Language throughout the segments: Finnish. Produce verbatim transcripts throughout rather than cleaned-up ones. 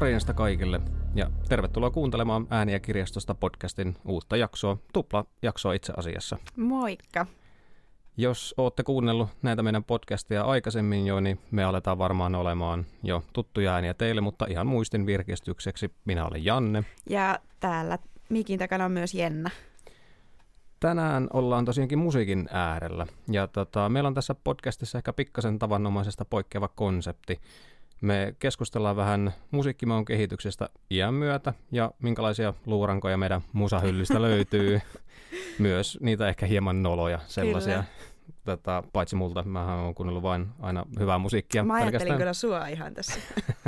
Morjesta kaikille ja tervetuloa kuuntelemaan Ääniä kirjastosta podcastin uutta jaksoa, tupla-jaksoa itse asiassa. Moikka! Jos ootte kuunnellut näitä meidän podcastia aikaisemmin jo, niin me aletaan varmaan olemaan jo tuttuja ääniä teille, mutta ihan muistin virkistykseksi minä olen Janne. Ja täällä mikin takana on myös Jenna. Tänään ollaan tosiaankin musiikin äärellä ja tota, meillä on tässä podcastissa ehkä pikkasen tavanomaisesta poikkeava konsepti. Me keskustellaan vähän musiikkimaun kehityksestä iän myötä ja minkälaisia luurankoja meidän musahyllystä löytyy. Myös niitä ehkä hieman noloja sellaisia. Tota, paitsi multa, mähän olen kuunnellut vain aina hyvää musiikkia. Mä ajattelin pelkästään. kyllä sua ihan tässä.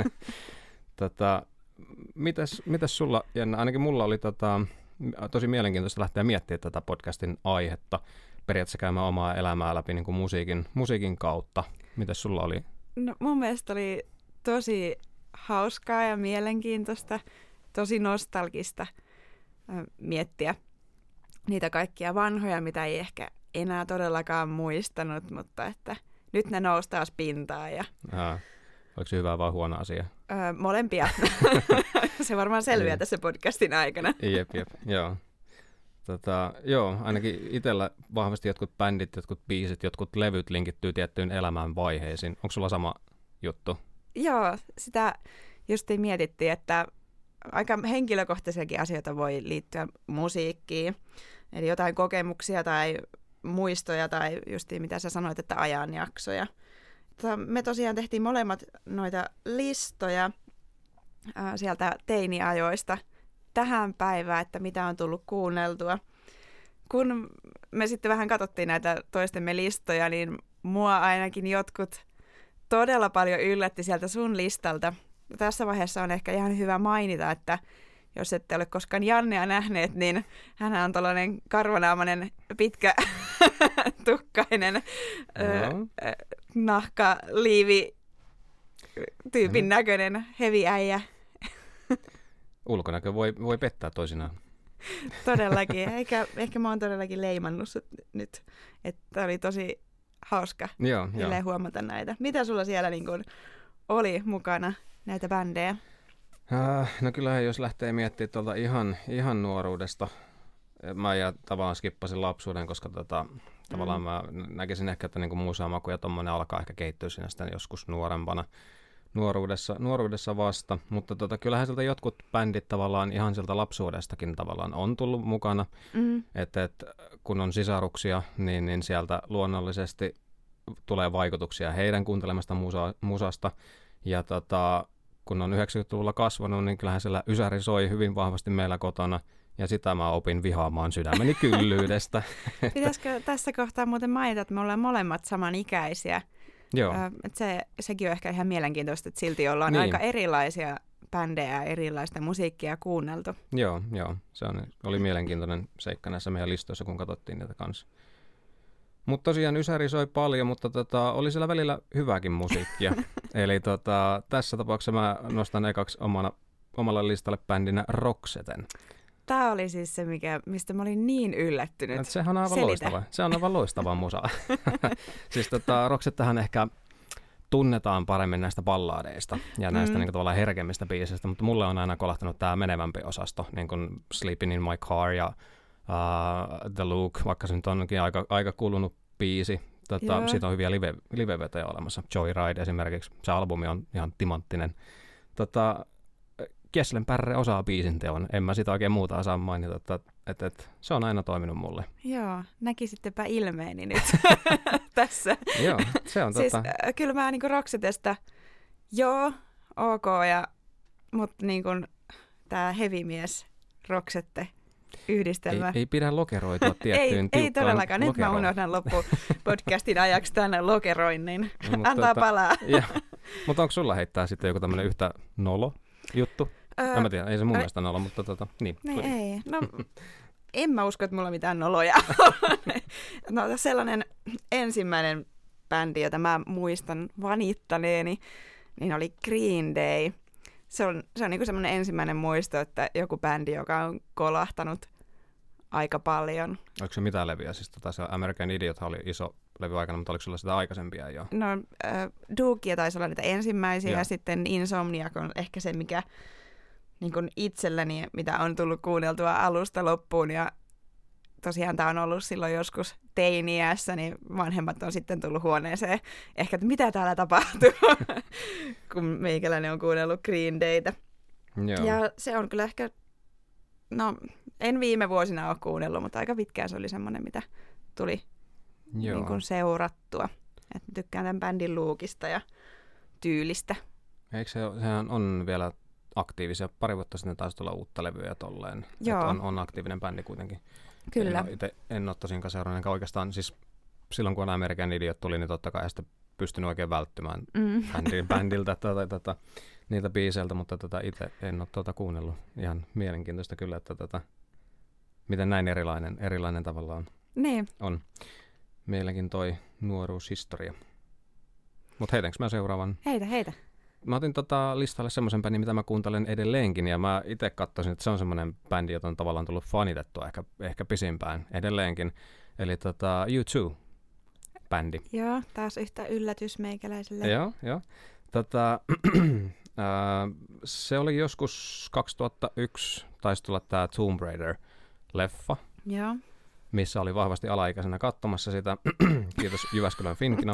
tota, mites, mites sulla, Jenna? Ainakin mulla oli tota, tosi mielenkiintoista lähteä miettimään tätä podcastin aihetta. Periaatteessa käymään omaa elämää läpi niin kuin musiikin, musiikin kautta. Mites sulla oli? No, mun mielestä oli tosi hauskaa ja mielenkiintoista, tosi nostalgista äh, miettiä niitä kaikkia vanhoja, mitä ei ehkä enää todellakaan muistanut, mutta että nyt ne nousi taas pintaan. Ja, Aa, oliko se hyvä vai huono asia? Öö, molempia. Se varmaan selviää tässä podcastin aikana. Jep, jep, joo. Tota, joo, ainakin itsellä vahvasti jotkut bändit, jotkut biisit, jotkut levyt linkittyy tiettyyn elämän vaiheisiin. Onko sulla sama juttu? Joo, sitä justiin mietittiin, että aika henkilökohtaisiakin asioita voi liittyä musiikkiin. Eli jotain kokemuksia tai muistoja tai justiin mitä sä sanoit, että ajanjaksoja. Me tosiaan tehtiin molemmat noita listoja ää, sieltä teiniajoista tähän päivään, että mitä on tullut kuunneltua. Kun me sitten vähän katsottiin näitä toistemme listoja, niin mua ainakin jotkut todella paljon yllätti sieltä sun listalta. Tässä vaiheessa on ehkä ihan hyvä mainita, että jos ette ole koskaan Jannea nähneet, niin hän on tällainen karvanaamainen, pitkä, tukkainen, no. ö, nahkaliivi tyypin mm. näköinen heavy äijä. Ulkonäkö voi, voi pettää toisinaan. Todellakin. Ehkä, ehkä mä oon todellakin leimannut nyt, että oli tosi hauska joo, joo. huomata näitä. Mitä sulla siellä niin kun oli mukana näitä bändejä? Äh, no kyllähän jos lähtee miettimään tuolta ihan, ihan nuoruudesta, mä ja tavallaan skippasin lapsuuden, koska tota, mm. tavallaan mä näkisin ehkä, että niinku musamaku ja tommonen alkaa ehkä kehittyä siinä sitten joskus nuorempana nuoruudessa, nuoruudessa vasta, mutta tota, kyllähän sieltä jotkut bändit tavallaan ihan sieltä lapsuudestakin tavallaan on tullut mukana, mm. että et, kun on sisaruksia, niin, niin sieltä luonnollisesti tulee vaikutuksia heidän kuuntelemasta musa, musasta ja tota, kun on yhdeksänkymmentäluvulla kasvanut, niin kyllähän siellä ysäri soi hyvin vahvasti meillä kotona, ja sitä mä opin vihaamaan sydämeni kyllyydestä. Pitäisikö tässä kohtaa muuten mainita, että me ollaan molemmat samanikäisiä? Joo. Ö, että se, sekin on ehkä ihan mielenkiintoista, että silti ollaan niin. aika erilaisia bändejä ja erilaista musiikkia kuunneltu. Joo, joo. Se on, oli mielenkiintoinen seikka näissä meidän listoissa, kun katsottiin niitä kanssa. Mutta tosiaan ysäri soi paljon, mutta tota, oli siellä välillä hyvääkin musiikkia. Eli tota, tässä tapauksessa mä nostan ekaksi omana, omalle listalle bändinä Roxeten. Tämä oli siis se, mikä, mistä mä olin niin yllättynyt. Et sehän on aivan Selitä. loistava. Se on aivan loistava musa. Siis tota, Roxettehän ehkä tunnetaan paremmin näistä balladeista ja näistä mm. niin kuin, tavallaan herkemmistä biisistä, mutta mulle on aina kolahtanut tämä menevämpi osasto, niin kuin Sleeping in My Car ja Uh, The Look, vaikka se nyt onkin aika, aika kulunut biisi. Tota, siitä on hyviä live, live-vetoja olemassa. Joyride esimerkiksi. Se albumi on ihan timanttinen. Tota, Kesslen Pärre osaa biisin teon. En mä sitä oikein muuta osaa mainita. Että, et, et, se on aina toiminut mulle. Joo, näkisittepä ilmeeni nyt tässä. Joo, se on siis, tota... äh, kyllä mä niinku Roxetesta, joo, ok, ja, mutta niinku tää heavy-mies Roxette yhdistelmä. Ei, ei pidä lokeroitua tiettyyn ei, ei todellakaan. Nyt mä unohdan loppu podcastin ajaksi tänne lokeroinnin. No, antaa tota, palaa. Ja, mutta onko sulla heittää sitten joku tämmöinen yhtä nolo juttu? Öö, en mä tiedä, ei se mun ö, mielestä nolo, mutta tota, niin. Niin ei. No, en mä usko, että mulla mitään noloja no sellainen ensimmäinen bändi, jota mä muistan vanittaneeni, niin oli Green Day. Se on, se on niin kuin semmoinen ensimmäinen muisto, että joku bändi, joka on kolahtanut aika paljon. Oliko se mitään leviä? Siis tota, se American Idiot oli iso levy aikana, mutta oliko sulla sitä aikaisempia jo? No, äh, Dookia taisi olla niitä ensimmäisiä, ja, ja sitten Insomniac on ehkä se, mikä niin kuin itselläni, mitä on tullut kuunneltua alusta loppuun, ja tosiaan tämä on ollut silloin joskus teini-iässä, niin vanhemmat on sitten tullut huoneeseen, ehkä, että mitä täällä tapahtuu, kun meikäläinen on kuunnellut Green Daytä. Joo. Ja se on kyllä ehkä, no en viime vuosina ole kuunnellut, mutta aika pitkään se oli semmoinen, mitä tuli niin kuin seurattua. Et tykkään tämän bändin luukista ja tyylistä. Eikö se, sehän on vielä aktiivisia? Pari vuotta sitten taisi tulla uutta levyä tolleen. Joo. On, on aktiivinen bändi kuitenkin. Kyllä. En, ite, en ole tosinkaan seurannut, oikeastaan siis silloin kun American Idiot tuli, niin totta kai sitä pystynyt oikein välttymään mm. bändin, bändiltä tai tota, niiltä biiseiltä, mutta tota, itse en ole tuota kuunnellut. Ihan mielenkiintoista kyllä, että tota, miten näin erilainen, erilainen tavallaan niin. on. Meilläkin toi nuoruushistoria. Mutta heitenkö mä seuraavan? Heitä, heitä. Mä otin tota listalle semmoisen bändin, mitä mä kuuntelen edelleenkin, ja mä itse katsoisin, että se on semmoinen bändi, jota on tavallaan tullut fanitettua ehkä, ehkä pisimpään edelleenkin. Eli tota U two bändi. Joo, taas yhtä yllätys meikäläiselle. Joo, joo. Tota, se oli joskus kaksituhattayksi, taisi tulla tää Tomb Raider-leffa. Joo. Missä oli vahvasti alaikäisenä katsomassa sitä. Kiitos Jyväskylän Finkino.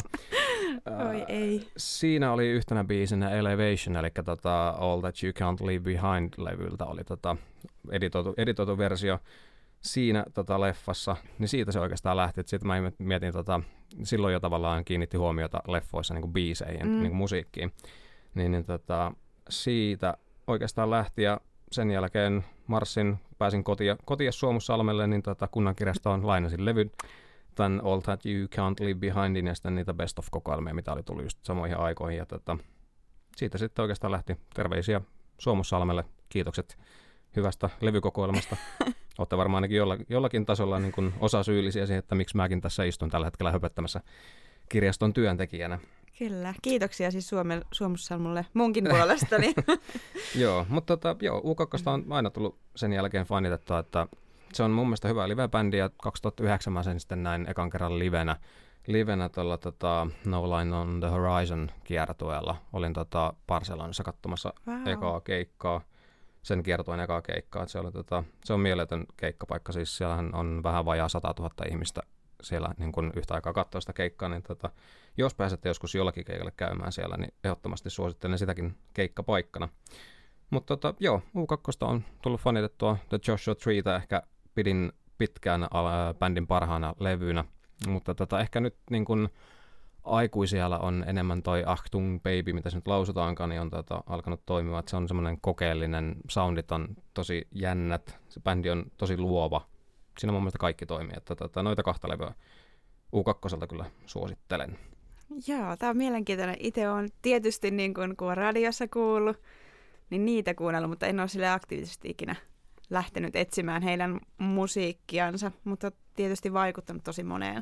Oi ei. Siinä oli yhtenä biisinä Elevation, eli tota All That You Can't Leave Behind-levyltä oli tota editoitu, editoitu versio siinä tota leffassa. Niin siitä se oikeastaan lähti. Sitten mä mietin, tota, silloin jo tavallaan kiinnitti huomiota leffoissa niin kuin biiseihin, mm. niin kuin musiikkiin. Niin, niin tota, siitä oikeastaan lähti ja sen jälkeen marssin, pääsin kotia, kotia Suomussalmelle, niin tota kunnankirjastoon lainasin levyn, tämän All That You Can't Leave Behindin ja sitten niitä Best of-kokoelmia, mitä oli tullut just samoihin aikoihin. Ja tota, siitä sitten oikeastaan lähti terveisiä Suomussalmelle. Kiitokset hyvästä levykokoelmasta. Olette varmaan ainakin jolla, jollakin tasolla niin kuin osa syyllisiä siihen, että miksi mäkin tässä istun tällä hetkellä höpöttämässä kirjaston työntekijänä. Kyllä. Kiitoksia siis Suomen, Suomussalmulle munkin puolestani. Joo, mutta tota, joo, U kaksi on aina tullut sen jälkeen fanitettua, että se on mun mielestä hyvä live-bändi, ja kaksituhattayhdeksän mä sen sitten näin ekan kerran livenä, livenä tuolla tota, No Line on the Horizon -kiertueella. Olin tota Barcelonassa katsomassa wow. ekaa keikkaa, sen kiertueen ekaa keikkaa. Se, oli, tota, se on mieletön keikkapaikka, siis siellähän on vähän vajaa sata tuhatta ihmistä siellä niin kun yhtä aikaa katsoa sitä keikkaa, niin tota, jos pääsette joskus jollakin keikalle käymään siellä, niin ehdottomasti suosittelen sitäkin keikkapaikkana. Mutta tota, joo, U kaksi on tullut fanitettua. The Joshua Treetä ehkä pidin pitkään äh, bändin parhaana levynä, mutta tota, ehkä nyt niin kun aikuisiellä on enemmän toi Achtung Baby, mitä se nyt lausutaankaan, niin on tota, alkanut toimia. Et se on semmoinen kokeellinen, soundit on tosi jännät, se bändi on tosi luova. Siinä mun mielestä kaikki toimii, että tota, noita kahta levyä U kaksi kyllä suosittelen. Joo, tämä on mielenkiintoinen. Itse olen tietysti, niin kun, kun on radiossa kuullut, niin niitä kuunnellut, mutta en ole sille aktiivisesti ikinä lähtenyt etsimään heidän musiikkiansa, mutta tietysti vaikuttanut tosi moneen.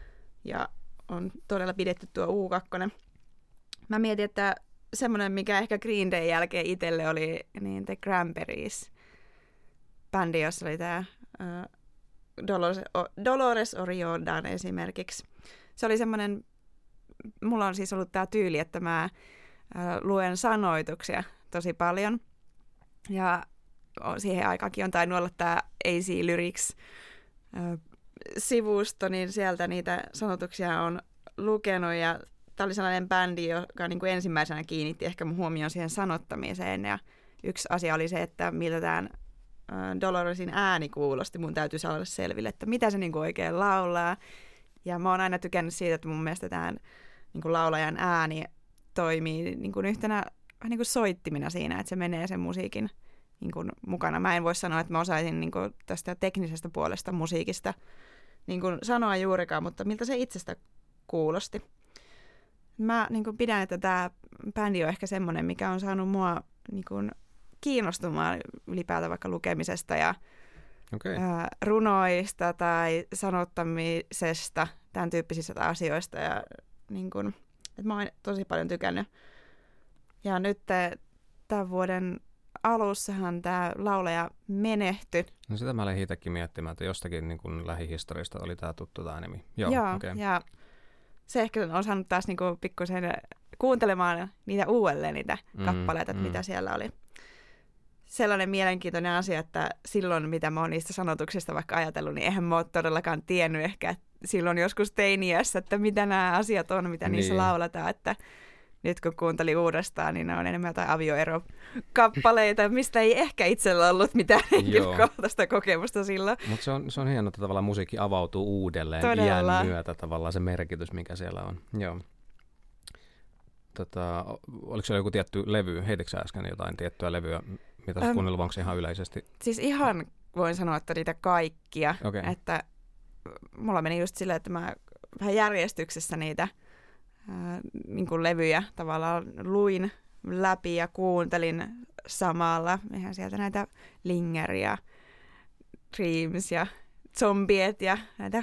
Ja on todella pidetty tuo U kaksi. Mä mietin, että semmoinen, mikä ehkä Green Day jälkeen itselle oli, niin The Cranberries bändi, jossa oli tämä uh, Dolores, Dolores O'Riordan esimerkiksi. Se oli semmoinen, mulla on siis ollut tämä tyyli, että mä uh, luen sanoituksia tosi paljon. Ja siihen aikaankin on tainnut olla tämä A C Lyrics uh, sivusto, niin sieltä niitä sanotuksia on lukenut, ja tämä oli sellainen bändi, joka niin kuin ensimmäisenä kiinnitti ehkä mun huomioon siihen sanottamiseen, ja yksi asia oli se, että miltä tämän Doloresin ääni kuulosti, mun täytyy saada selville, että mitä se niin kuin oikein laulaa, ja mä oon aina tykännyt siitä, että mun mielestä tämän niin kuin laulajan ääni toimii niin kuin yhtenä vähän niin kuin soittimina siinä, että se menee sen musiikin niin kuin mukana. Mä en voi sanoa, että mä osaisin niin kuin tästä teknisestä puolesta musiikista niin kuin sanoa juurikaan, mutta miltä se itsestä kuulosti. Mä niin kuin pidän, että tämä bändi on ehkä semmoinen, mikä on saanut mua niin kuin kiinnostumaan ylipäätään vaikka lukemisesta ja okay. ää, runoista tai sanottamisesta, tämän tyyppisistä asioista. Ja, niin kuin, että mä oon tosi paljon tykännyt. Ja nyt tämän vuoden alussahan tämä laulaja menehtyi. No sitä mä olin itsekin miettimään, että jostakin niin kuin lähihistoriasta oli tämä tuttu tämä nimi. Joo, Joo okay. Ja se ehkä on saanut taas niinku pikkusen kuuntelemaan niitä uudelleen, niitä mm, kappaleita, mm. mitä siellä oli. Sellainen mielenkiintoinen asia, että silloin, mitä mä oon niistä sanotuksista vaikka ajatellut, niin eihän mä oon todellakaan tiennyt ehkä silloin joskus teiniässä, että mitä nämä asiat on, mitä niin. niissä lauletaan, että nyt kun kuuntelin uudestaan, niin ne on enemmän jotain avioerokappaleita, mistä ei ehkä itsellä ollut mitään henkilökohtaista kokemusta silloin. Mutta se on, se on hienoa, että tavallaan musiikki avautuu uudelleen Todella. iän myötä, tavallaan se merkitys, mikä siellä on. Joo. Tota, oliko siellä joku tietty levy? Heitikö sä äsken jotain tiettyä levyä, mitä sä kuunnellut, onko se ihan yleisesti? Siis ihan voin sanoa, että niitä kaikkia. Okay. Että mulla meni just silleen, että mä vähän järjestyksessä niitä ää, niin kuin levyjä tavallaan luin läpi ja kuuntelin samalla. Eihän sieltä näitä Linger ja Dreams ja Zombiet ja näitä,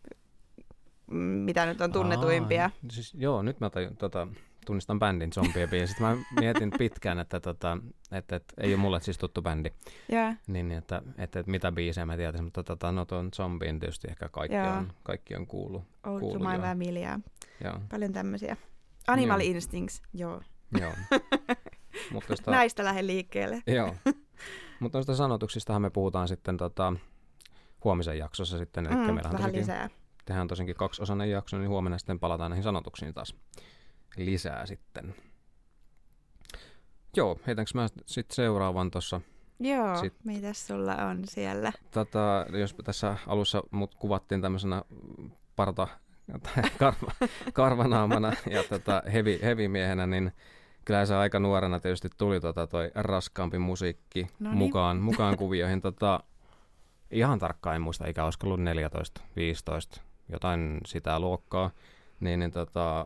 mitä nyt on tunnetuimpia. Aa, siis, joo, nyt mä tajun, tota, tunnistan bändin Zombien biisit. Mä mietin pitkään, että, tota, että, että ei ole mulle siis tuttu bändi. Yeah. Niin, että, että, että mitä biisejä mä tietäisin, mutta tota, no tuon Zombien tietysti ehkä kaikki, yeah. on, kaikki on kuullut. Old to my familia. Paljon tämmöisiä. Animal joo. Instincts, joo. Joo. Mutta sitä, näistä lähden liikkeelle. Joo. Mutta noista sanotuksistahan me puhutaan sitten tota, huomisen jaksossa sitten. Eli mm, vähän tosinkin, lisää. Tehdään tosinkin kaksiosainen jakso, niin huomenna sitten palataan näihin sanotuksiin taas lisää sitten. Joo, heitänkö mä sitten seuraavan tuossa? Joo, sit, mitäs sulla on siellä? Tota, jos tässä alussa mut kuvattiin tämmöisenä parta tai karva, karvanaamana ja tota, heavy, heavy miehenä, niin kyllä se aika nuorena tietysti tuli tota toi raskaampi musiikki Noniin. mukaan, mukaan kuvioihin. Tota, ihan tarkkaan en muista, ikä olisiko ollut neljätoista, viisitoista, jotain sitä luokkaa. Niin, niin tota,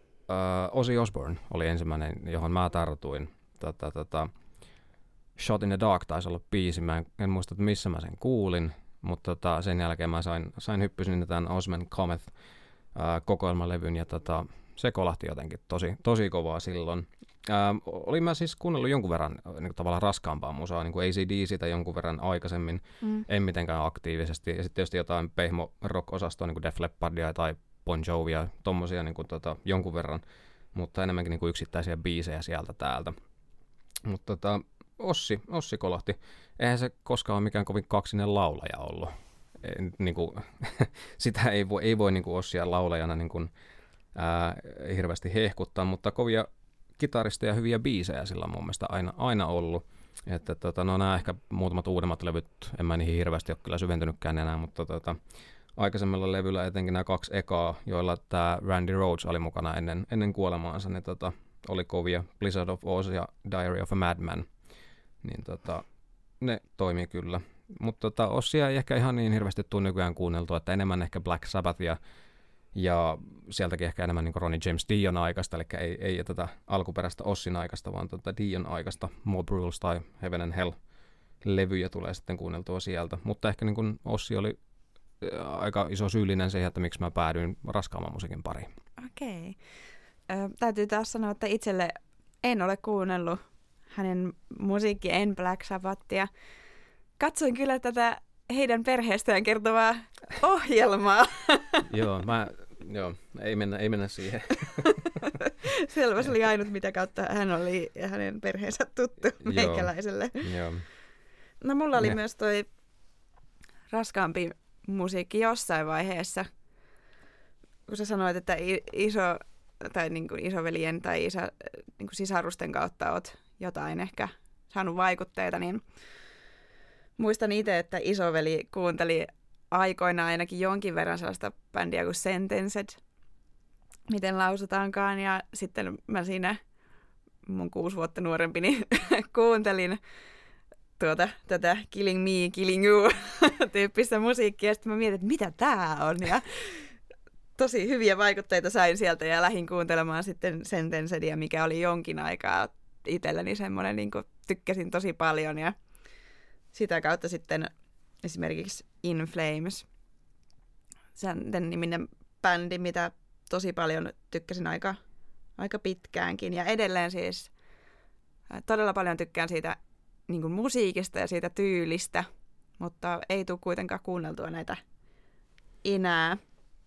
uh, Ozzy Osbourne oli ensimmäinen, johon mä tartuin. Tota, tota, Shot in the Dark taisi olla biisi. Mä en, en muista, että missä mä sen kuulin, mutta tota, sen jälkeen mä sain, sain hyppysin tämän Osman Cometh uh, kokoelmalevyn ja tota, se kolahti jotenkin tosi, tosi kovaa silloin. Ää, olin mä siis kuunnellut jonkun verran niin tavallaan raskaampaa musaa, niin kuin A C D C jonkun verran aikaisemmin, mm. en mitenkään aktiivisesti. Ja sitten tietysti jotain pehmo rock-osastoa, niin kuin Def Leppardia tai Bon Jovia, tommosia niin kuin, tota, jonkun verran, mutta enemmänkin niin kuin yksittäisiä biisejä sieltä täältä. Mutta tota, Ossi, Ossi kolahti. Eihän se koskaan ole mikään kovin kaksinen laulaja ollut. Ei, niin kuin, sitä ei voi, ei voi niin kuin Ossia laulajana niin kuin, ää, hirveästi hehkuttaa, mutta kovia kitaristeja ja hyviä biisejä sillä on mun mielestä aina, aina ollut. Että tota, no nämä ehkä muutamat uudemmat levyt, en mä niihin hirveästi ole kyllä syventynytkään enää, mutta tota, aikaisemmalla levyllä etenkin nämä kaksi ekaa, joilla tämä Randy Rhoads oli mukana ennen, ennen kuolemaansa, niin tota, oli kovia. Blizzard of Oz ja Diary of a Madman. Niin tota, ne toimii kyllä. Mutta tota, Ossia ei ehkä ihan niin hirveästi tule nykyään kuunneltua, että enemmän ehkä Black Sabbath ja Ja sieltäkin ehkä enemmän niin kuin Ronnie James Dion aikaista, eli ei, ei tätä alkuperäistä Ossin aikaista, vaan tuota Dion aikaista Mob Rules tai Heaven and Hell-levyjä tulee sitten kuunneltua sieltä. Mutta ehkä niin kuin Ossi oli aika iso syyllinen siihen, että miksi mä päädyin raskaamman musiikin pariin. Okei. Ö, täytyy taas sanoa, että itselle en ole kuunnellut hänen musiikki, en Black Sabbathia. Katsoin kyllä tätä heidän perheestään kertovaa ohjelmaa. Joo, mä, joo, ei mennä, ei mennä siihen. Selvä, se oli ainut, mitä kautta hän oli ja hänen perheensä tuttu meikäläiselle. Joo. No mulla oli ne. myös toi raskaampi musiikki jossain vaiheessa, kun sä sanoit, että iso, tai niin kuin isoveljen tai isä, niin kuin sisarusten kautta oot jotain ehkä saanut vaikutteita, niin muistan itse, että isoveli kuunteli aikoinaan ainakin jonkin verran sellaista bändiä kuin Sentenced, miten lausutaankaan, ja sitten mä siinä mun kuusi vuotta nuorempi niin kuuntelin tuota, tätä Killing Me, Killing You tyyppistä musiikkia, ja sitten mä mietin, että mitä tää on, ja tosi hyviä vaikutteita sain sieltä, ja lähdin kuuntelemaan sitten Sentencedia, mikä oli jonkin aikaa itselläni semmoinen, niin kuin tykkäsin tosi paljon, ja sitä kautta sitten esimerkiksi In Flames, sen niminen bändi, mitä tosi paljon tykkäsin aika, aika pitkäänkin. Ja edelleen siis todella paljon tykkään siitä niin kuin musiikista ja siitä tyylistä, mutta ei tule kuitenkaan kuunneltua näitä enää.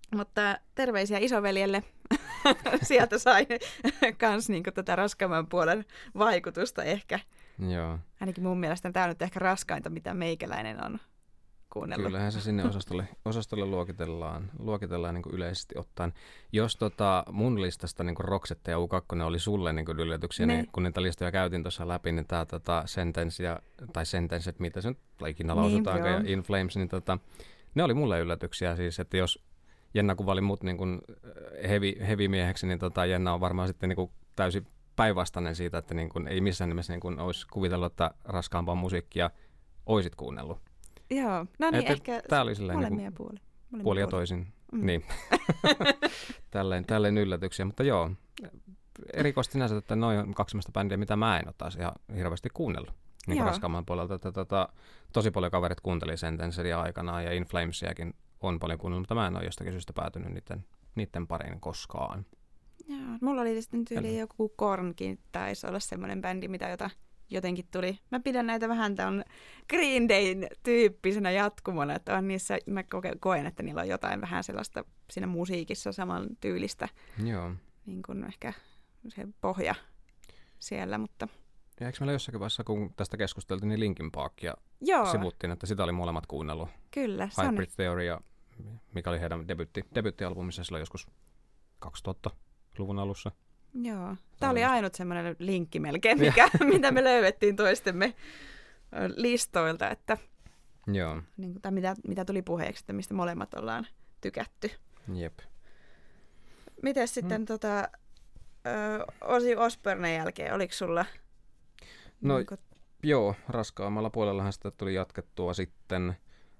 Mutta terveisiä isoveljelle. Sieltä sai myös niin tätä raskaamman puolen vaikutusta ehkä. Joo. Ainakin mun mielestä tämä on nyt ehkä raskainta, mitä meikäläinen on kuunnellut. Kyllähän se sinne osastolle, osastolle luokitellaan, luokitellaan niin kuin yleisesti ottaen. Jos tota mun listasta niin kuin Roxette ja U kaksi oli sulle niin kuin yllätyksiä, ne. niin kun niitä listoja käytin tuossa läpi, niin tämä tota, Sentence ja, tai Sentenset, mitä se nyt ikinä lausutaanko, niin, ja In Flames, niin tota, ne oli mulle yllätyksiä. Siis, että jos Jenna kuvaili mut niin kuin heavy, heavy mieheksi, niin tota, Jenna on varmaan sitten niin kuin täysin päinvastainen siitä, että niin kuin ei missään nimessä niin kuin olisi kuvitellut, että raskaampaa musiikkia oisit kuunnellut. Joo, no niin, et, ehkä tää oli molemmia niin puoli. Puoli ja toisin, mm. niin. tälleen, tälleen yllätyksiä, mutta joo. Erikoisesti sinänsä, että noin on kaksi sellaista bändiä, mitä mä en ole taas ihan hirveästi kuunnellut. Niin kuin raskaamman puolelta. Että, tota, tosi paljon kaverit kuunteli Sentenceria aikanaan ja In Flamesiakin on paljon kuunnellut, mutta mä en ole jostakin syystä päätynyt niiden, niiden pariin koskaan. Joo, mulla oli sitten tyyli joku Kornkin, taisi olla semmoinen bändi, mitä jota jotenkin tuli. Mä pidän näitä vähän tämän Green Dayn tyyppisenä jatkumona, että on niissä, mä koen, että niillä on jotain vähän sellaista siinä musiikissa saman tyylistä. Joo. Niin kuin ehkä se pohja siellä, mutta... Ja eikö meillä jossakin vaiheessa, kun tästä keskusteltiin, niin Linkin Parkia Joo. sivuttiin, että sitä oli molemmat kuunnellut. Kyllä. Hybrid Theory, ja mikä oli heidän debutti, debuittialbumissa silloin joskus kaksituhattaluvun alussa. Joo. Tämä oli ainut semmoinen linkki melkein, mikä, mitä me löydettiin toistemme listoilta, että Joo. Niin kuin, tai mitä, mitä tuli puheeksi, että mistä molemmat ollaan tykätty. Jep. Mites sitten hmm. tota, Ozzy Osbournen jälkeen, oliko sulla? No niin kuin... joo, raskaammalla puolellahan sitä tuli jatkettua sitten.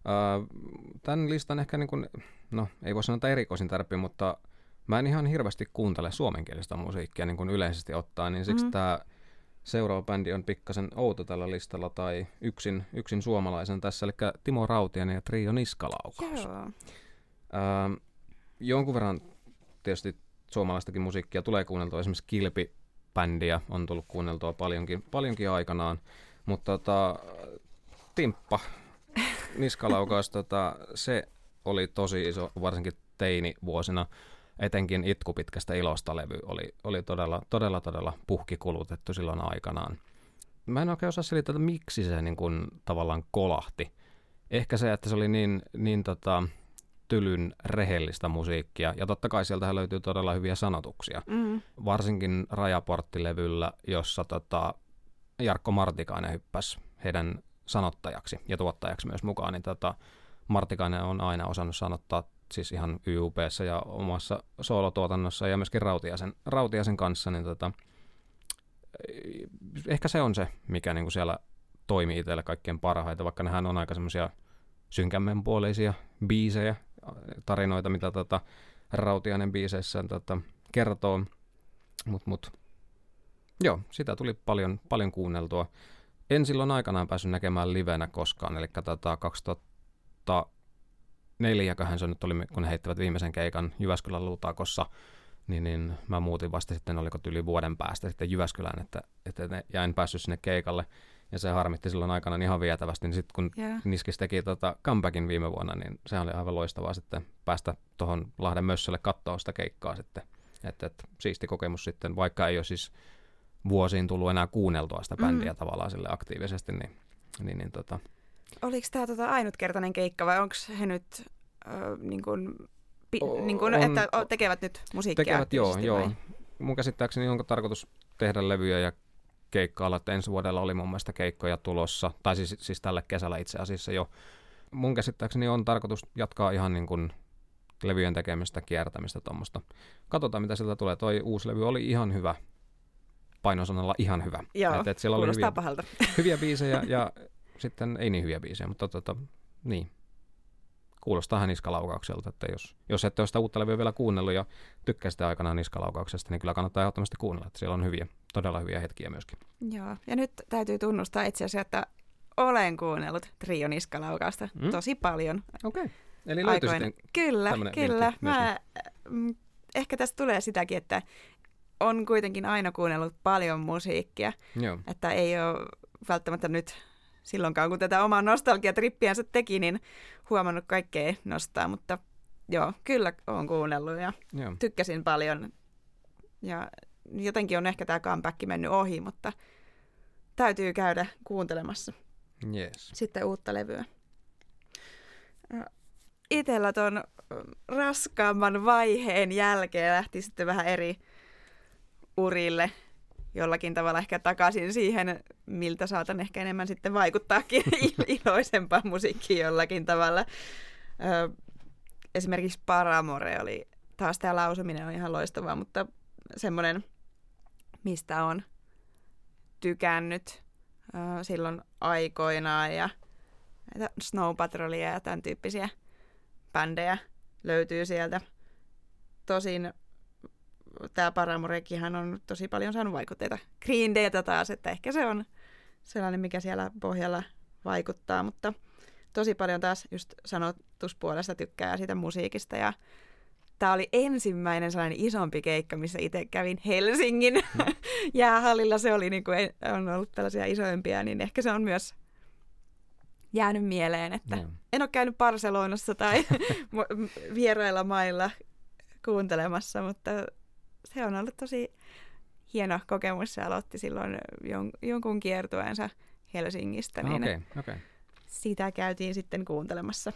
Tämän listan ehkä, niin kuin, no ei voi sanoa, että erikoisin tarppi, mutta mä en ihan hirveästi kuuntele suomenkielistä musiikkia niin kuin yleisesti ottaen, niin siksi mm-hmm. tämä seuraava bändi on pikkasen outo tällä listalla, tai yksin, yksin suomalaisen tässä, eli Timo Rautiainen ja Trio Niskalaukaus. Joo. Ähm, jonkun verran tietysti suomalaistakin musiikkia tulee kuunneltua, esimerkiksi Kilpi-bändiä on tullut kuunneltua paljonkin, paljonkin aikanaan, mutta tota, Timppa Niskalaukaus, tota, se oli tosi iso, varsinkin teinivuosina. Etenkin Itku pitkästä ilosta -levy oli, oli todella, todella, todella puhkikulutettu silloin aikanaan. Mä en oikein osaa selittää, että miksi se niin kuin tavallaan kolahti. Ehkä se, että se oli niin, niin tota, tylyn rehellistä musiikkia. Ja totta kai sieltähän löytyy todella hyviä sanotuksia. Mm. Varsinkin Rajaportti-levyllä, jossa tota, Jarkko Martikainen hyppäsi heidän sanottajaksi ja tuottajaksi myös mukaan. Niin tota, Martikainen on aina osannut sanottaa siis ihan Y U P:ssä ja omassa soolotuotannossa ja myöskin Rautiaisen, Rautiaisen kanssa, niin tota, ehkä se on se, mikä niinku siellä toimii itselle kaikkein parhaita, vaikka nehän on aika semmoisia synkämmänpuoleisia biisejä, tarinoita, mitä tota Rautiainen biiseissään tota kertoo, mut, mut joo, sitä tuli paljon, paljon kuunneltua. En silloin aikanaan päässyt näkemään livenä koskaan, eli tota kaksituhattaneljäköhän se nyt oli, kun he heittävät viimeisen keikan Jyväskylän Lutakossa, niin, niin mä muutin vasta sitten, oliko yli vuoden päästä sitten Jyväskylään, että, että ne, ja en päässyt sinne keikalle, ja se harmitti silloin aikanaan ihan vietävästi, niin sitten kun yeah. Niskis teki tota comebackin viime vuonna, niin se oli aivan loistavaa sitten päästä tuohon Lahden Mössölle katsoa sitä keikkaa sitten, että, että siisti kokemus sitten, vaikka ei ole siis vuosiin tullut enää kuunneltua sitä bändiä mm. tavallaan sille aktiivisesti, niin, niin, niin tota. Oliko tämä tota ainutkertainen keikka vai onko he nyt äh, niin kuin, pi, o, niin kuin, on, että o, tekevät nyt musiikkia? Tekevät, joo, joo. Mun käsittääkseni onko tarkoitus tehdä levyjä ja keikkailla, että ensi vuodella oli mun mielestä keikkoja tulossa, tai siis, siis tälle kesällä itse asiassa jo. Mun käsittääkseni on tarkoitus jatkaa ihan niin kuin levyjen tekemistä, kiertämistä tuommoista. Katsotaan mitä sieltä tulee. Toi uusi levy oli ihan hyvä. Painosanalla ihan hyvä. Joo, et, et siellä kuulostaa oli hyviä, pahalta. hyviä biisejä ja sitten ei niin hyviä biisejä, mutta tota, niin. Kuulostaa ihan niskalaukaukselta, että jos, jos ette ole sitä uutta levyä vielä kuunnellut ja tykkää sitä aikanaan niskalaukauksesta, niin kyllä kannattaa ehdottomasti kuunnella, että siellä on hyviä, todella hyviä hetkiä myöskin. Joo, ja nyt täytyy tunnustaa itse asiassa, että olen kuunnellut Trio Niskalaukausta mm? tosi paljon. Okei, okay. Eli löytyy sitten Kyllä, kyllä. Mä, mm, ehkä tästä tulee sitäkin, että on kuitenkin aina kuunnellut paljon musiikkia, Joo. että ei ole välttämättä nyt silloinkaan, kun tätä omaa nostalgiatrippiänsä teki, niin huomannut kaikkea nostaa, mutta joo, kyllä olen kuunnellut ja Joo. tykkäsin paljon. Ja jotenkin on ehkä tämä comeback mennyt ohi, mutta täytyy käydä kuuntelemassa Yes. sitten uutta levyä. Itellä ton raskaamman vaiheen jälkeen lähti sitten vähän eri urille. Jollakin tavalla ehkä takaisin siihen, miltä saatan ehkä enemmän sitten vaikuttaakin iloisempaan musiikkiin jollakin tavalla. Ö, esimerkiksi Paramore oli, taas tämä lausuminen on ihan loistavaa, mutta semmoinen, mistä on tykännyt ö, silloin aikoinaan ja Snow Patrolia ja tämän tyyppisiä bändejä löytyy sieltä. Tosin tämä Paramorekihan on tosi paljon saanut vaikutteita. Green Dayta taas, että ehkä se on sellainen, mikä siellä pohjalla vaikuttaa, mutta tosi paljon taas just sanotuspuolesta tykkää siitä musiikista. Ja tämä oli ensimmäinen sellainen isompi keikka, missä itse kävin Helsingin mm. jäähallilla. Se oli niin kuin, on ollut tällaisia isoimpia, niin ehkä se on myös jäänyt mieleen, että mm. en ole käynyt Barcelonassa tai vierailla mailla kuuntelemassa, mutta se on ollut tosi hieno kokemus. Se aloitti silloin jon- jonkun kiertueensa Helsingistä, niin okay, okay. sitä käytiin sitten kuuntelemassa.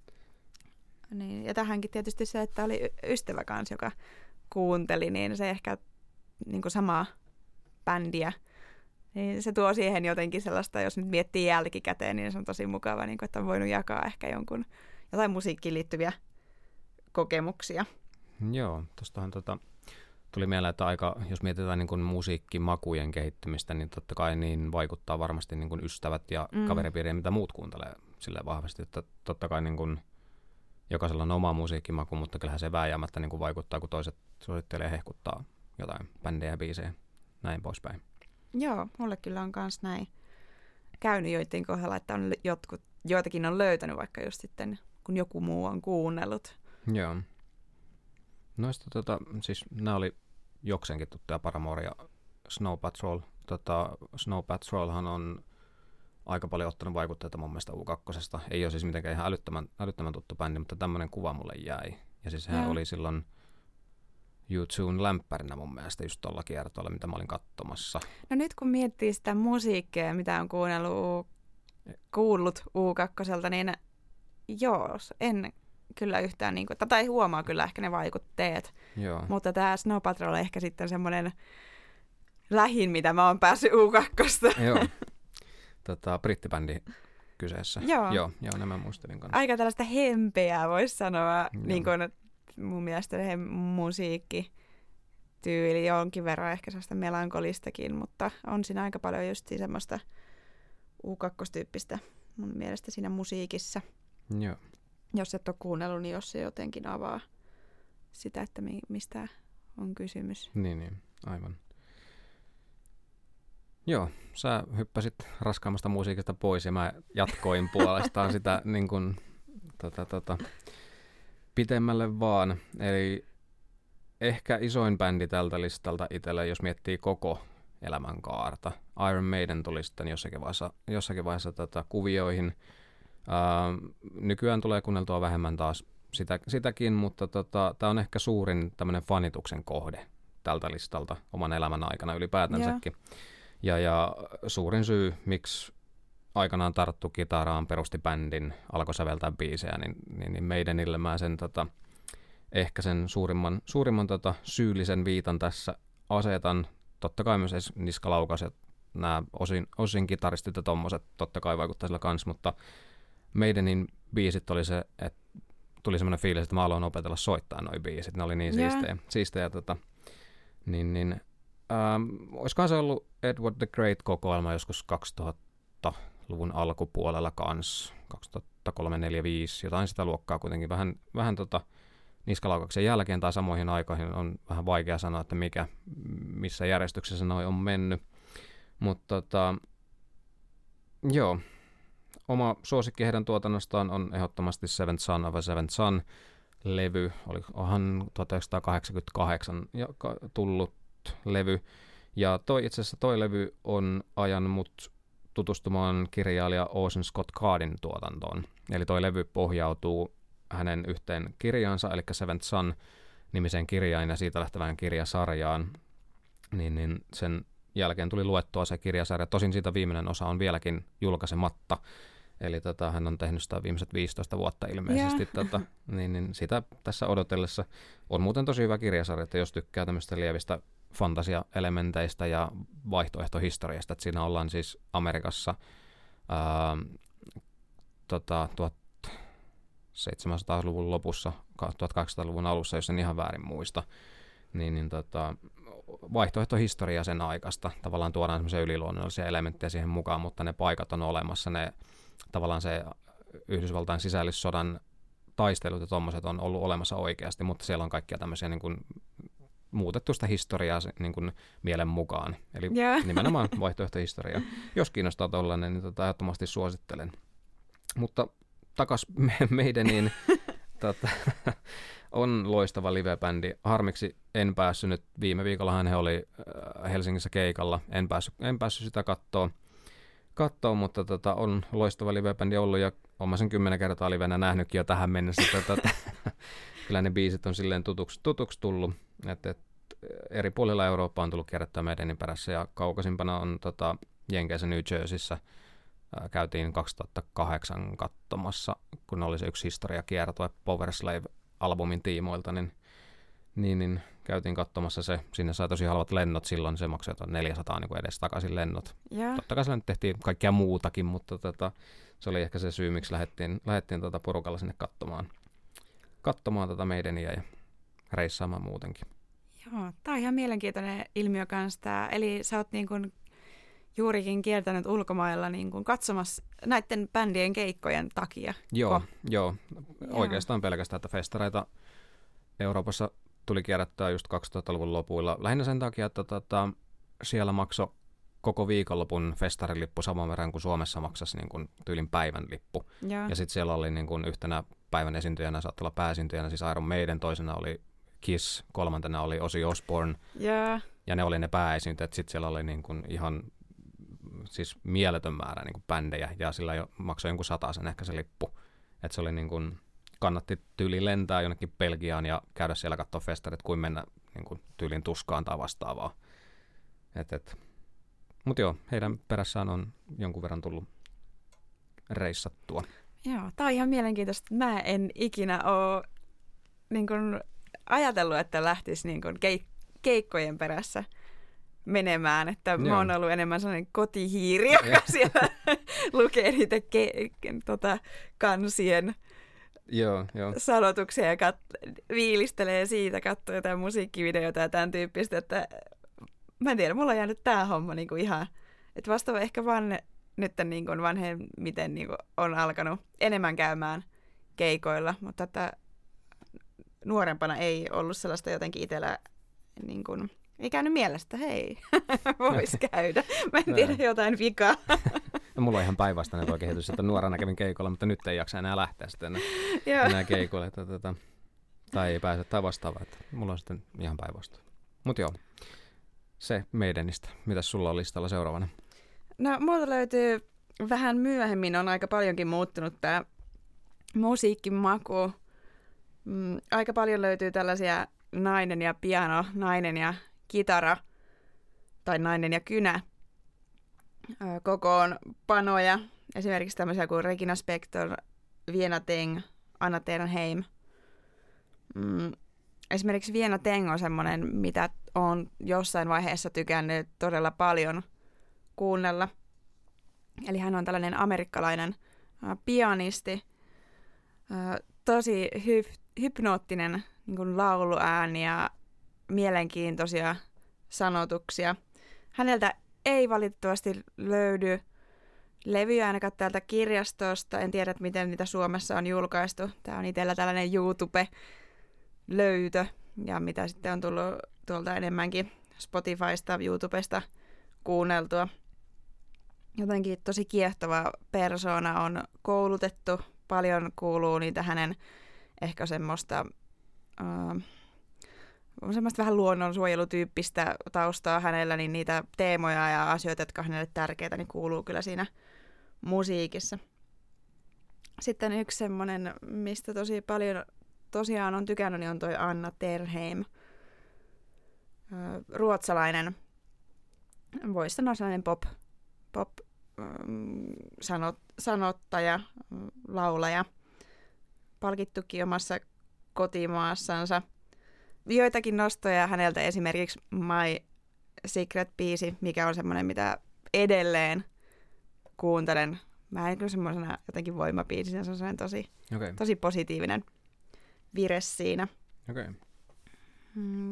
Niin, ja tähänkin tietysti se, että oli ystävä kanssa, joka kuunteli, niin se ehkä niin kuin samaa bändiä, niin se tuo siihen jotenkin sellaista, jos nyt miettii jälkikäteen, niin se on tosi mukava, niin kuin, että on voinut jakaa ehkä jonkun, jotain musiikkiin liittyviä kokemuksia. Joo, tuostahan tota, tuli mieleen, että aika, jos mietitään niin kuin musiikkimakujen kehittymistä, niin totta kai niin vaikuttaa varmasti niin kuin ystävät ja mm. kaveripiiriä, mitä muut kuuntelee silleen vahvasti. Että totta kai niin kuin jokaisella on oma musiikkimaku, mutta kyllähän se vääjäämättä niin kuin vaikuttaa, kun toiset suosittelee ja hehkuttaa jotain bändejä ja biisejä, näin poispäin. Joo, mulle kyllä on kans näin käynyt joitain kohdalla, että on jotkut, joitakin on löytänyt vaikka just sitten, kun joku muu on kuunnellut. Joo. Noista tota, siis nämä oli jokseenkin tuttuja, Paramore ja Snow Patrol. Tota, Snow Patrolhan on aika paljon ottanut vaikutteita mun mielestä U kaksi. Ei ole siis mitenkään ihan älyttömän, älyttömän tuttu bändi, mutta tämmöinen kuva mulle jäi. Ja siis hän oli silloin U two:n lämpärinä mun mielestä just tuolla kiertoilla, mitä mä olin katsomassa. No nyt kun miettii sitä musiikkia, mitä on kuunnellut, kuullut U kaksi, niin joo, en kyllä yhtään, niin kuin, tai huomaa kyllä ehkä ne vaikutteet. Joo. Mutta tämä Snow Patrol on ehkä sitten semmoinen lähin, mitä mä oon päässyt U kaksi. Joo, tota, brittibändi kyseessä. Joo. Joo, joo, nämä muistelin kanssa. Aika tällaista hempeää voisi sanoa, niin kuin mun mielestä he musiikki tyyli jonkin verran ehkä sellaista melankolistakin, mutta on siinä aika paljon just semmoista U kaksi-tyyppistä mun mielestä siinä musiikissa. Joo. Jos et ole kuunnellut, niin jos se jotenkin avaa sitä, että mi- mistä on kysymys. Niin, niin, aivan. Joo, sä hyppäsit raskaammasta musiikista pois ja mä jatkoin puolestaan sitä niin kuin, tota, tota, pitemmälle vaan. Eli ehkä isoin bändi tältä listalta itselle, jos miettii koko elämänkaarta. Iron Maiden tuli sitten jossakin vaiheessa, jossakin vaiheessa tota, kuvioihin. Uh, nykyään tulee kuunneltua vähemmän taas sitä, sitäkin, mutta tota, tämä on ehkä suurin tämmöinen fanituksen kohde tältä listalta oman elämän aikana ylipäätänsäkin. Ja, ja suurin syy, miksi aikanaan tarttu kitaraan, perusti bändin, alkoi säveltää biisejä, niin, niin, niin Maidenille mä sen tota, ehkä sen suurimman, suurimman tota, syyllisen viitan tässä asetan. Totta kai myös niskalaukaset, nämä osin, osin kitaristit ja tommoset totta kai vaikuttaa sillä kanssa, mutta Maidenin biisit oli se, että tuli semmoinen fiilis, että mä aloin opetella soittaa noi biisit. Ne oli niin yeah. siistejä. siistejä tota, niin, niin, ähm, olisikohan se ollut Edward the Great-kokoelma joskus kaksituhattaluvun alkupuolella kans, kaksituhattakolme neljä viisi, jotain sitä luokkaa kuitenkin. Vähän, vähän tota, niskalaukauksen jälkeen tai samoihin aikoihin on vähän vaikea sanoa, että mikä, missä järjestyksessä noi on mennyt. Mutta tota, joo. Oma suosikki heidän tuotannostaan on ehdottomasti Seventh Son of a Seventh Son-levy. Olikohan tuhatyhdeksänsataakahdeksankymmentäkahdeksan tullut levy. Ja toi, itse asiassa toi levy on ajan mut tutustumaan kirjailija Orson Scott Cardin tuotantoon. Eli toi levy pohjautuu hänen yhteen kirjaansa, eli Seventh Son nimiseen kirjaan ja siitä lähtevään kirjasarjaan, niin, niin sen jälkeen tuli luettua se kirjasarja. Tosin siitä viimeinen osa on vieläkin julkaisematta, eli tota, hän on tehnyt sitä viimeiset viisitoista vuotta ilmeisesti. Yeah. Tota, niin, niin sitä tässä odotellessa on muuten tosi hyvä kirjasarja, että jos tykkää tämmöistä lievistä fantasia-elementeistä ja vaihtoehtohistoriasta, että siinä ollaan siis Amerikassa ää, tota, tuhatseitsemänsataaluvun lopussa, tuhatkahdeksansataaluvun alussa, jos en ihan väärin muista, niin, niin tota, vaihtoehtohistoria sen aikaista. Tavallaan tuodaan semmoisia yliluonnollisia elementtejä siihen mukaan, mutta ne paikat on olemassa. Ne, tavallaan se Yhdysvaltain sisällissodan taistelut ja tommoset on ollut olemassa oikeasti, mutta siellä on kaikkia tämmöisiä niin kuin muutettu sitä historiaa niin kuin mielen mukaan. Eli yeah. nimenomaan vaihtoehtohistoriaa. Jos kiinnostaa tollainen, niin tota, ehdottomasti suosittelen. Mutta takas me, meidän, niin tota, on loistava live-bändi. Harmiksi en päässyt nyt, viime viikollahan he oli Helsingissä keikalla, en päässyt, en päässyt sitä kattoon, kattoon mutta tota, on loistava live-bändi ollut ja olen sen kymmenen kertaa livenä nähnytkin jo tähän mennessä. Tota, kyllä ne biisit on silleen tutuksi, tutuksi tullut, että et, eri puolilla Eurooppaa on tullut kierrättää meidänin perässä ja kaukaisimpana on tota, Jenkeissä New Jerseyssä. Käytiin kaksituhattakahdeksan katsomassa, kun oli se yksi historiakiertue Power Slave-albumin tiimoilta, niin, niin, niin käytiin katsomassa se. Sinne sai tosi halvat lennot silloin, se maksoi neljäsataa niin edes takaisin lennot. Yeah. Totta kai siellä tehtiin kaikkea muutakin, mutta tota, se oli ehkä se syy, miksi lähdettiin, lähdettiin tota porukalla sinne katsomaan, katsomaan tota meidäniä ja reissaamaan muutenkin. Joo, tämä on ihan mielenkiintoinen ilmiö kanssa tämä. Eli sä oot niin kuin juurikin kiertänyt ulkomailla niin kuin katsomassa näiden bändien keikkojen takia. Joo, joo, oikeastaan pelkästään, että festareita Euroopassa tuli kierrättää just kaksituhattaluvun lopuilla. Lähinnä sen takia, että tota, siellä maksoi koko viikonlopun festarilippu saman verran kuin Suomessa maksasi niin kuin tyylin päivän lippu. Ja, ja sitten siellä oli niin kuin yhtenä päivän esiintyjänä, saattoi olla pääesiintyjänä, siis Iron Maiden, toisena oli Kiss, kolmantena oli Ozzy Osbourne. Ja, ja ne oli ne pääesiintyjät. Sitten siellä oli niin kuin ihan siis mieletön määrä niin kuin bändejä, ja sillä jo maksoi jonkun sataisen ehkä se lippu. Että se oli niin kuin, kannatti tyyliin lentää jonnekin Belgiaan ja käydä siellä katsoa festarit, kuin mennä niin kuin tyylin tuskaan tai vastaavaa. Et, et. Mut joo, heidän perässään on jonkun verran tullut reissattua. Joo, tää on ihan mielenkiintoista. Mä en ikinä ole niin kuin ajatellut, että lähtisi niin kuin keik- keikkojen perässä menemään, että Joo. mä oon ollut enemmän sellainen kotihiiri, joka siellä lukee niitä ke- tota, kansien Joo, jo. sanotuksia ja kat- viilistelee siitä, katsoo jotain musiikkivideoita ja tämän tyyppistä, että mä en tiedä, mulla on jäänyt tää homma niinku ihan, että vasta ehkä vaan nyt niin kuin vanhemmiten niin kuin on alkanut enemmän käymään keikoilla, mutta että nuorempana ei ollut sellaista jotenkin itsellä niin kuin ei käynyt mielestä, hei, vois käydä. Mä en tiedä jotain vikaa. No, mulla on ihan päinvastainen tuo kehitys, että nuorena kävin keikolla, mutta nyt ei jaksa enää lähteä sitten enää, enää keikoille. Että, että, tai ei pääse tai vastaavaa. Että mulla on sitten ihan päinvastoin. Mutta joo, se meidänistä. Mitäs sulla on listalla seuraavana? No, multa löytyy vähän myöhemmin, on aika paljonkin muuttunut tää musiikkimaku. Mm, aika paljon löytyy tällaisia nainen ja piano, nainen ja kitara tai nainen ja kynä kokoon panoja. Esimerkiksi tämmöisiä kuin Regina Spektor, Vienna Teng, Anna Ternheim. Mm, esimerkiksi Vienna Teng on semmoinen, mitä on jossain vaiheessa tykännyt todella paljon kuunnella. Eli hän on tällainen amerikkalainen äh, pianisti, äh, tosi hy- hypnoottinen niin kuin lauluääni ja mielenkiintoisia sanotuksia. Häneltä ei valitettavasti löydy levyjä ainakaan täältä kirjastosta. En tiedä, miten niitä Suomessa on julkaistu. Tämä on itsellä tällainen YouTube-löytö, ja mitä sitten on tullut tuolta enemmänkin Spotifysta, YouTubesta kuunneltua. Jotenkin tosi kiehtova persoona, on koulutettu. Paljon kuuluu niitä hänen ehkä semmoista Uh, on semmoista vähän luonnonsuojelutyyppistä taustaa hänellä, niin niitä teemoja ja asioita, jotka on hänelle tärkeitä, niin kuuluu kyllä siinä musiikissa. Sitten yksi semmoinen, mistä tosi paljon tosiaan on tykännyt, niin on toi Anna Terheim. Ruotsalainen, voisi sanoa sellainen pop, pop sanot, sanottaja, laulaja. Palkittukin omassa kotimaassansa. Joitakin nostoja häneltä, esimerkiksi My Secret-biisi, mikä on semmoinen, mitä edelleen kuuntelen. Mä en kyllä semmoisena jotenkin voimabiisinä, se on semmoinen tosi, okay. tosi positiivinen vire siinä. Okay. Mm,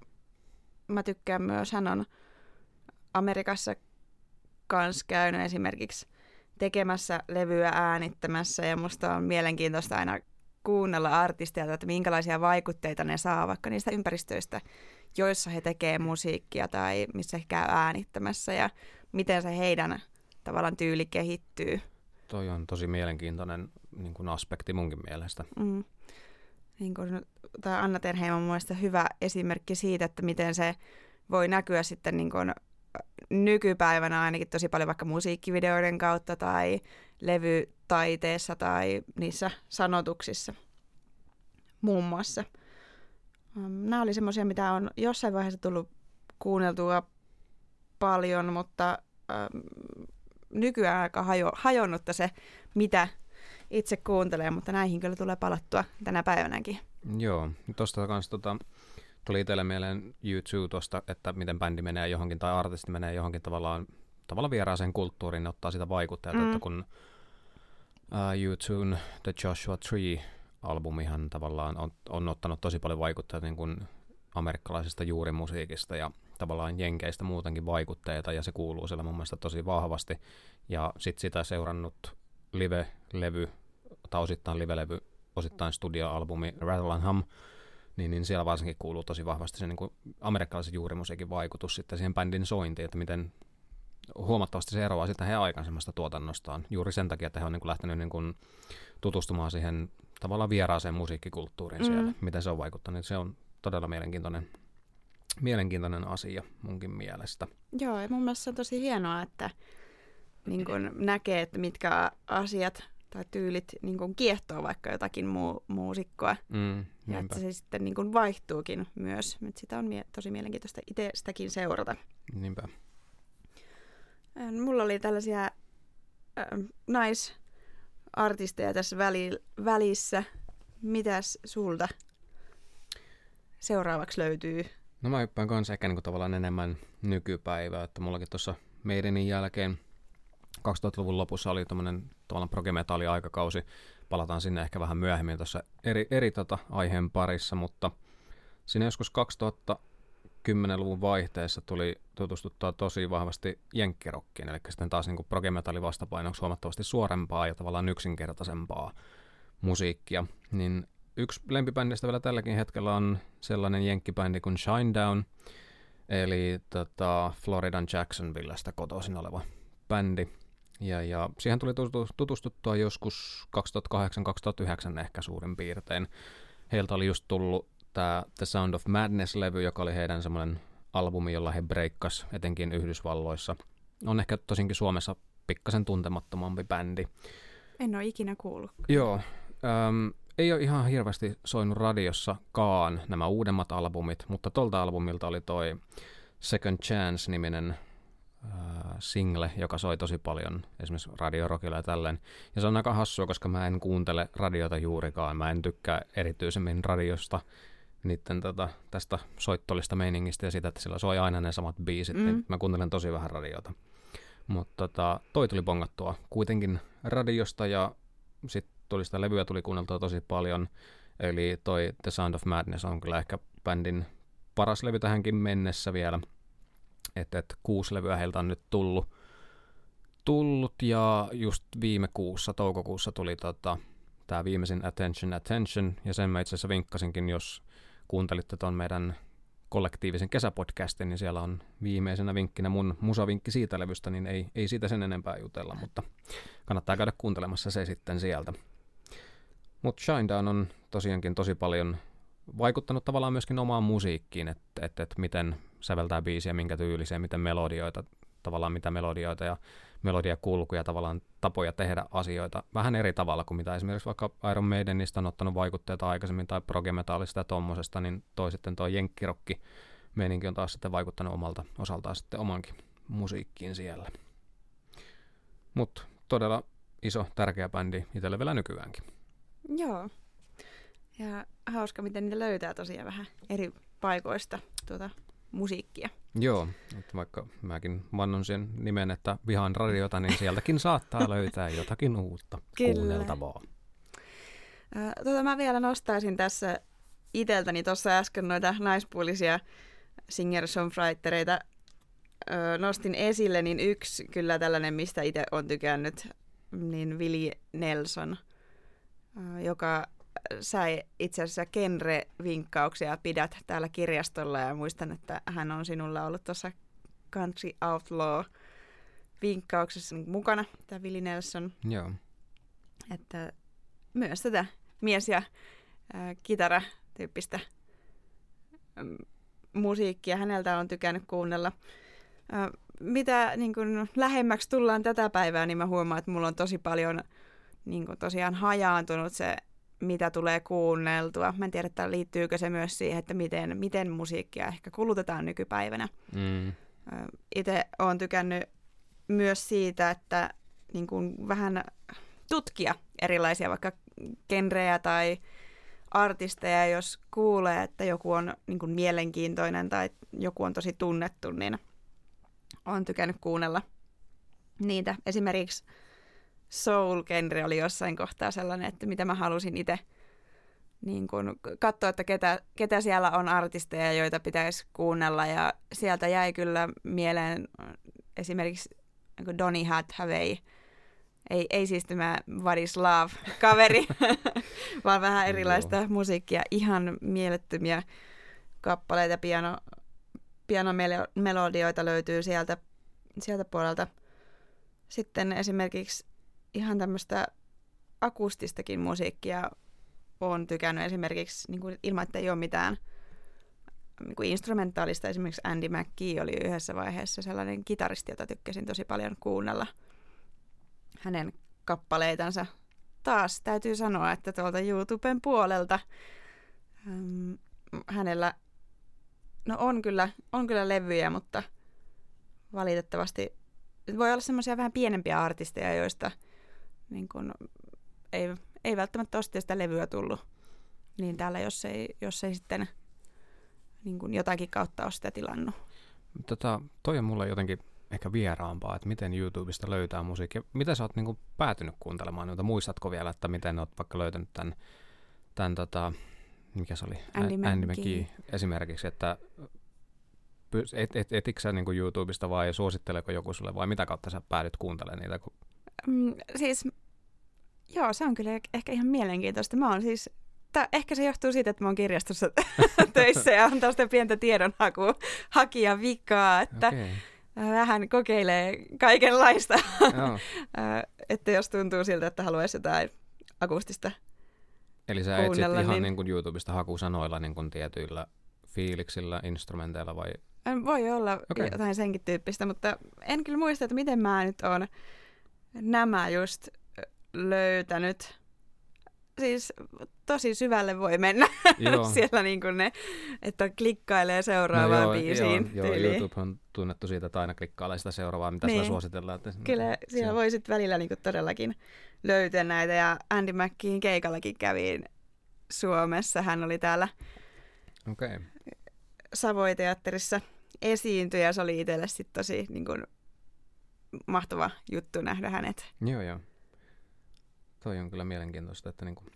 mä tykkään myös, hän on Amerikassa kans käynyt esimerkiksi tekemässä levyä, äänittämässä, ja musta on mielenkiintoista aina kuunnella artisteilta, että minkälaisia vaikutteita ne saa vaikka niistä ympäristöistä, joissa he tekee musiikkia tai missä he käy äänittämässä, ja miten se heidän tavallaan tyyli kehittyy. Toi on tosi mielenkiintoinen niin kuin aspekti munkin mielestä. Mm. Niin kuin, tai Anna Terheim on mielestäni hyvä esimerkki siitä, että miten se voi näkyä sitten niin kuin nykypäivänä ainakin tosi paljon vaikka musiikkivideoiden kautta tai levytaiteessa tai niissä sanotuksissa muun muassa. Nämä oli semmoisia, mitä on jossain vaiheessa tullut kuunneltua paljon, mutta ähm, nykyään aika hajo, hajonnutta se, mitä itse kuuntelee, mutta näihin kyllä tulee palattua tänä päivänäkin. Joo, tuosta kanssa tota, tuli itselle mieleen U two tuosta, että miten bändi menee johonkin tai artisti menee johonkin tavallaan, tavallaan vieraaseen kulttuuriin, ne ottaa sitä vaikutteelta, mm. että kun uh, U two:n The Joshua Tree-albumihan tavallaan on, on ottanut tosi paljon vaikutteita niin kuin amerikkalaisesta juurimusiikista ja tavallaan jenkeistä muutenkin vaikutteita, ja se kuuluu siellä mun mielestä tosi vahvasti, ja sitten sitä seurannut live-levy, tai osittain live-levy, osittain studio-albumi Rattle and Hum, niin, niin siellä varsinkin kuuluu tosi vahvasti se niin kuin amerikkalaisen juurimusiikin vaikutus sitten siihen bändin sointiin, että miten huomattavasti se eroaa sitten heidän aikaisemmasta tuotannostaan, juuri sen takia, että he on niin kuin lähtenyt niin kuin tutustumaan siihen tavallaan vieraaseen musiikkikulttuuriin mm. siellä, miten se on vaikuttanut. Se on todella mielenkiintoinen, mielenkiintoinen asia munkin mielestä. Joo, ja mun mielestä se on tosi hienoa, että niin kun näkee, että mitkä asiat tai tyylit niin kun kiehtoo vaikka jotakin muu, muusikkoa. Mm, ja että se sitten niin kun vaihtuukin myös. Nyt sitä on mie- tosi mielenkiintoista itse sitäkin seurata. Niinpä. Mulla oli tällaisia äh, naisartisteja tässä väli- välissä. Mitäs sulta seuraavaksi löytyy? No mä hyppään kanssa ehkä niinku tavallaan enemmän nykypäivää, että mullakin tuossa Maidenin jälkeen kaksituhattaluvun lopussa oli tommonen tavallaan progemetalli-aikakausi. Palataan sinne ehkä vähän myöhemmin tuossa eri, eri tota aiheen parissa, mutta siinä joskus kaksituhattakymmenluvun vaihteessa tuli tutustuttua tosi vahvasti jenkkirokkiin, eli sitten taas niinku progemetalli vastapainoksi huomattavasti suorempaa ja tavallaan yksinkertaisempaa musiikkia. Niin yksi lempibändistä vielä tälläkin hetkellä on sellainen jenkkibändi kuin Shinedown, eli tota Floridan Jacksonvillestä kotoisin oleva bändi. Ja, ja siihen tuli tutustuttua joskus kaksituhattakahdeksan kaksituhattayhdeksän ehkä suurin piirtein. Heiltä oli just tullut tämä The Sound of Madness-levy, joka oli heidän semmoinen albumi, jolla he breikkas etenkin Yhdysvalloissa. On ehkä tosinkin Suomessa pikkasen tuntemattomampi bändi. En ole ikinä kuullut. Joo. Ähm, ei ole ihan hirveästi soinut radiossakaan nämä uudemmat albumit, mutta tolta albumilta oli toi Second Chance-niminen single, joka soi tosi paljon esimerkiksi Radio Rockilla ja tälleen. Ja se on aika hassua, koska mä en kuuntele radiota juurikaan. Mä en tykkää erityisemmin radiosta niiden tota, tästä soittolista meiningistä ja sitä, että sillä soi aina ne samat biisit. Mm. Niin mä kuuntelen tosi vähän radiota. Mutta tota, toi tuli bongattua kuitenkin radiosta ja sitten tuli sitä levyä tuli kuunneltua tosi paljon. Eli toi The Sound of Madness on kyllä ehkä bändin paras levy tähänkin mennessä vielä. Että et kuusi levyä heiltä on nyt tullut, tullut ja just viime kuussa, toukokuussa tuli tota, tämä viimeisin Attention Attention, ja sen mä itse asiassa vinkkasinkin, jos kuuntelitte ton meidän kollektiivisen kesäpodcastin, niin siellä on viimeisenä vinkkinä mun musavinkki siitä levystä, niin ei, ei siitä sen enempää jutella, mutta kannattaa käydä kuuntelemassa se sitten sieltä. Mutta Shinedown on tosiaankin tosi paljon vaikuttanut tavallaan myöskin omaan musiikkiin, että et, et miten säveltää biisiä, minkä tyylisiä, miten melodioita, tavallaan mitä melodioita ja melodiakulkuja, tavallaan tapoja tehdä asioita vähän eri tavalla kuin mitä esimerkiksi vaikka Iron Maidenista on ottanut vaikutteita aikaisemmin tai progemetallista ja tommosesta, niin toi sitten tuo jenkkirokki meininki on taas sitten vaikuttanut omalta osaltaan sitten omankin musiikkiin siellä. Mutta todella iso, tärkeä bändi itselle vielä nykyäänkin. Joo. Ja hauska, miten niitä löytää tosiaan vähän eri paikoista tuota musiikkia. Joo, että vaikka mäkin vannon sen nimen, että vihaan radiota, niin sieltäkin saattaa löytää jotakin uutta kuunneltavaa. Äh, tuota, mä vielä nostaisin tässä iteltäni tuossa äsken noita naispuolisia singer-songwritereita öö, nostin esille, niin yksi kyllä tällainen, mistä itse on tykännyt, niin Willie Nelson, öö, joka sai itse asiassa genre-vinkkauksia Pidät täällä kirjastolla, ja muistan, että hän on sinulla ollut tuossa Country Outlaw-vinkkauksessa mukana, tämä Willie Nelson. Joo. Että myös tätä mies- ja ää, kitara-tyyppistä äm, musiikkia häneltä on tykännyt kuunnella. Ää, mitä niin kun lähemmäksi tullaan tätä päivää, niin mä huomaan, että mulla on tosi paljon niin kun tosiaan hajaantunut se, mitä tulee kuunneltua. Mä en tiedä, että liittyykö se myös siihen, että miten, miten musiikkia ehkä kulutetaan nykypäivänä. Mm. Itse olen tykännyt myös siitä, että niin kun vähän tutkia erilaisia vaikka genrejä tai artisteja, jos kuulee, että joku on niin kuin mielenkiintoinen tai joku on tosi tunnettu, niin olen tykännyt kuunnella niitä. Esimerkiksi soul-genre oli jossain kohtaa sellainen, että mitä mä halusin itse niin kuin katsoa, että ketä, ketä siellä on artisteja, joita pitäisi kuunnella, ja sieltä jäi kyllä mieleen esimerkiksi niin Donny Hathaway. Ei, ei siis tämä What is Love-kaveri, vaan vähän erilaista Joo. musiikkia, ihan mielettömiä kappaleita, piano, pianomelodioita löytyy sieltä, sieltä puolelta. Sitten esimerkiksi ihan tämmöistä akustistakin musiikkia olen tykännyt esimerkiksi niin kuin ilman, että ei ole mitään niin kuin instrumentaalista. Esimerkiksi Andy McKee oli yhdessä vaiheessa sellainen kitaristi, jota tykkäsin tosi paljon kuunnella. Hänen kappaleitansa. Taas täytyy sanoa, että tuolta YouTuben puolelta äm, hänellä no on kyllä, on kyllä levyjä, mutta valitettavasti voi olla semmoisia vähän pienempiä artisteja, joista niin kun, ei, ei välttämättä ole sitä levyä tullut. Niin täällä, jos ei, jos ei sitten niin kun jotakin kautta ole sitä tilannut. Tota, toi on mulle jotenkin ehkä vieraampaa, että miten YouTubesta löytää musiikkia. Mitä sä oot niin kuin päätynyt kuuntelemaan noita? Muistatko vielä, että miten oot vaikka löytänyt tämän, tämän tota, mikä se oli? Andy, Andy McKee esimerkiksi, että et, et, etikö sä niin kuin YouTubesta vai suositteleeko joku sulle vai mitä kautta sä päädyt kuuntelemaan niitä? Kun... Mm, siis, joo, se on kyllä ehkä ihan mielenkiintoista. Mä oon siis, tää, ehkä se johtuu siitä, että mä oon kirjastossa töissä ja on tästä pientä tiedonhakua, hakija vikaa, että okay. Vähän kokeilee kaikenlaista, että jos tuntuu siltä, että haluaisi jotain akustista Eli sä etsit ihan niin... Niin kuin YouTubesta hakusanoilla niin kuin tietyillä fiiliksillä, instrumenteilla vai? Voi olla okay. Jotain senkin tyyppistä, mutta en kyllä muista, että miten mä nyt oon nämä just löytänyt. Siis tosi syvälle voi mennä siellä niin kuin ne, että klikkailee seuraavaan no biisiin. Joo, joo, YouTube on tunnettu siitä, että aina klikkailee sitä seuraavaa, mitä niin. Sillä suositellaan. Että kyllä siellä voi sitten välillä niin kuin todellakin löytää näitä, ja Andy McKeen keikallakin kävi Suomessa. Hän oli täällä okay. Savoy-teatterissa esiintyi, ja se oli itselle sitten tosi niin kuin mahtava juttu nähdä hänet. Joo, joo. Toi on kyllä mielenkiintoista, että niinku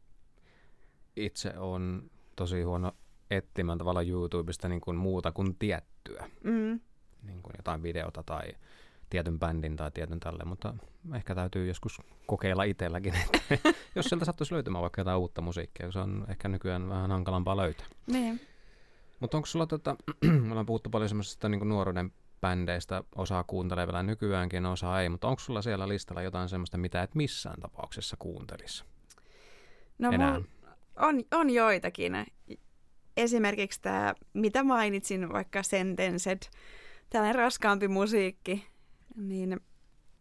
itse on tosi huono etsimään tavallaan YouTubesta niinku muuta kuin tiettyä. Mm. Niinku jotain videota tai tietyn bändin tai tietyn tälle, mutta ehkä täytyy joskus kokeilla itselläkin, että jos sieltä sattuisi löytymään vaikka jotain uutta musiikkia, se on ehkä nykyään vähän hankalampaa löytää. Niin. Mutta onko sulla, tota, me ollaan puhuttu paljon semmoisesta niinku nuoruuden bändeistä, osaa kuuntelee vielä nykyäänkin, osaa ei, mutta onko sulla siellä listalla jotain semmoista, mitä et missään tapauksessa kuuntelisi? No on, on joitakin. Esimerkiksi tämä, mitä mainitsin, vaikka Sentenced, tällainen raskaampi musiikki, niin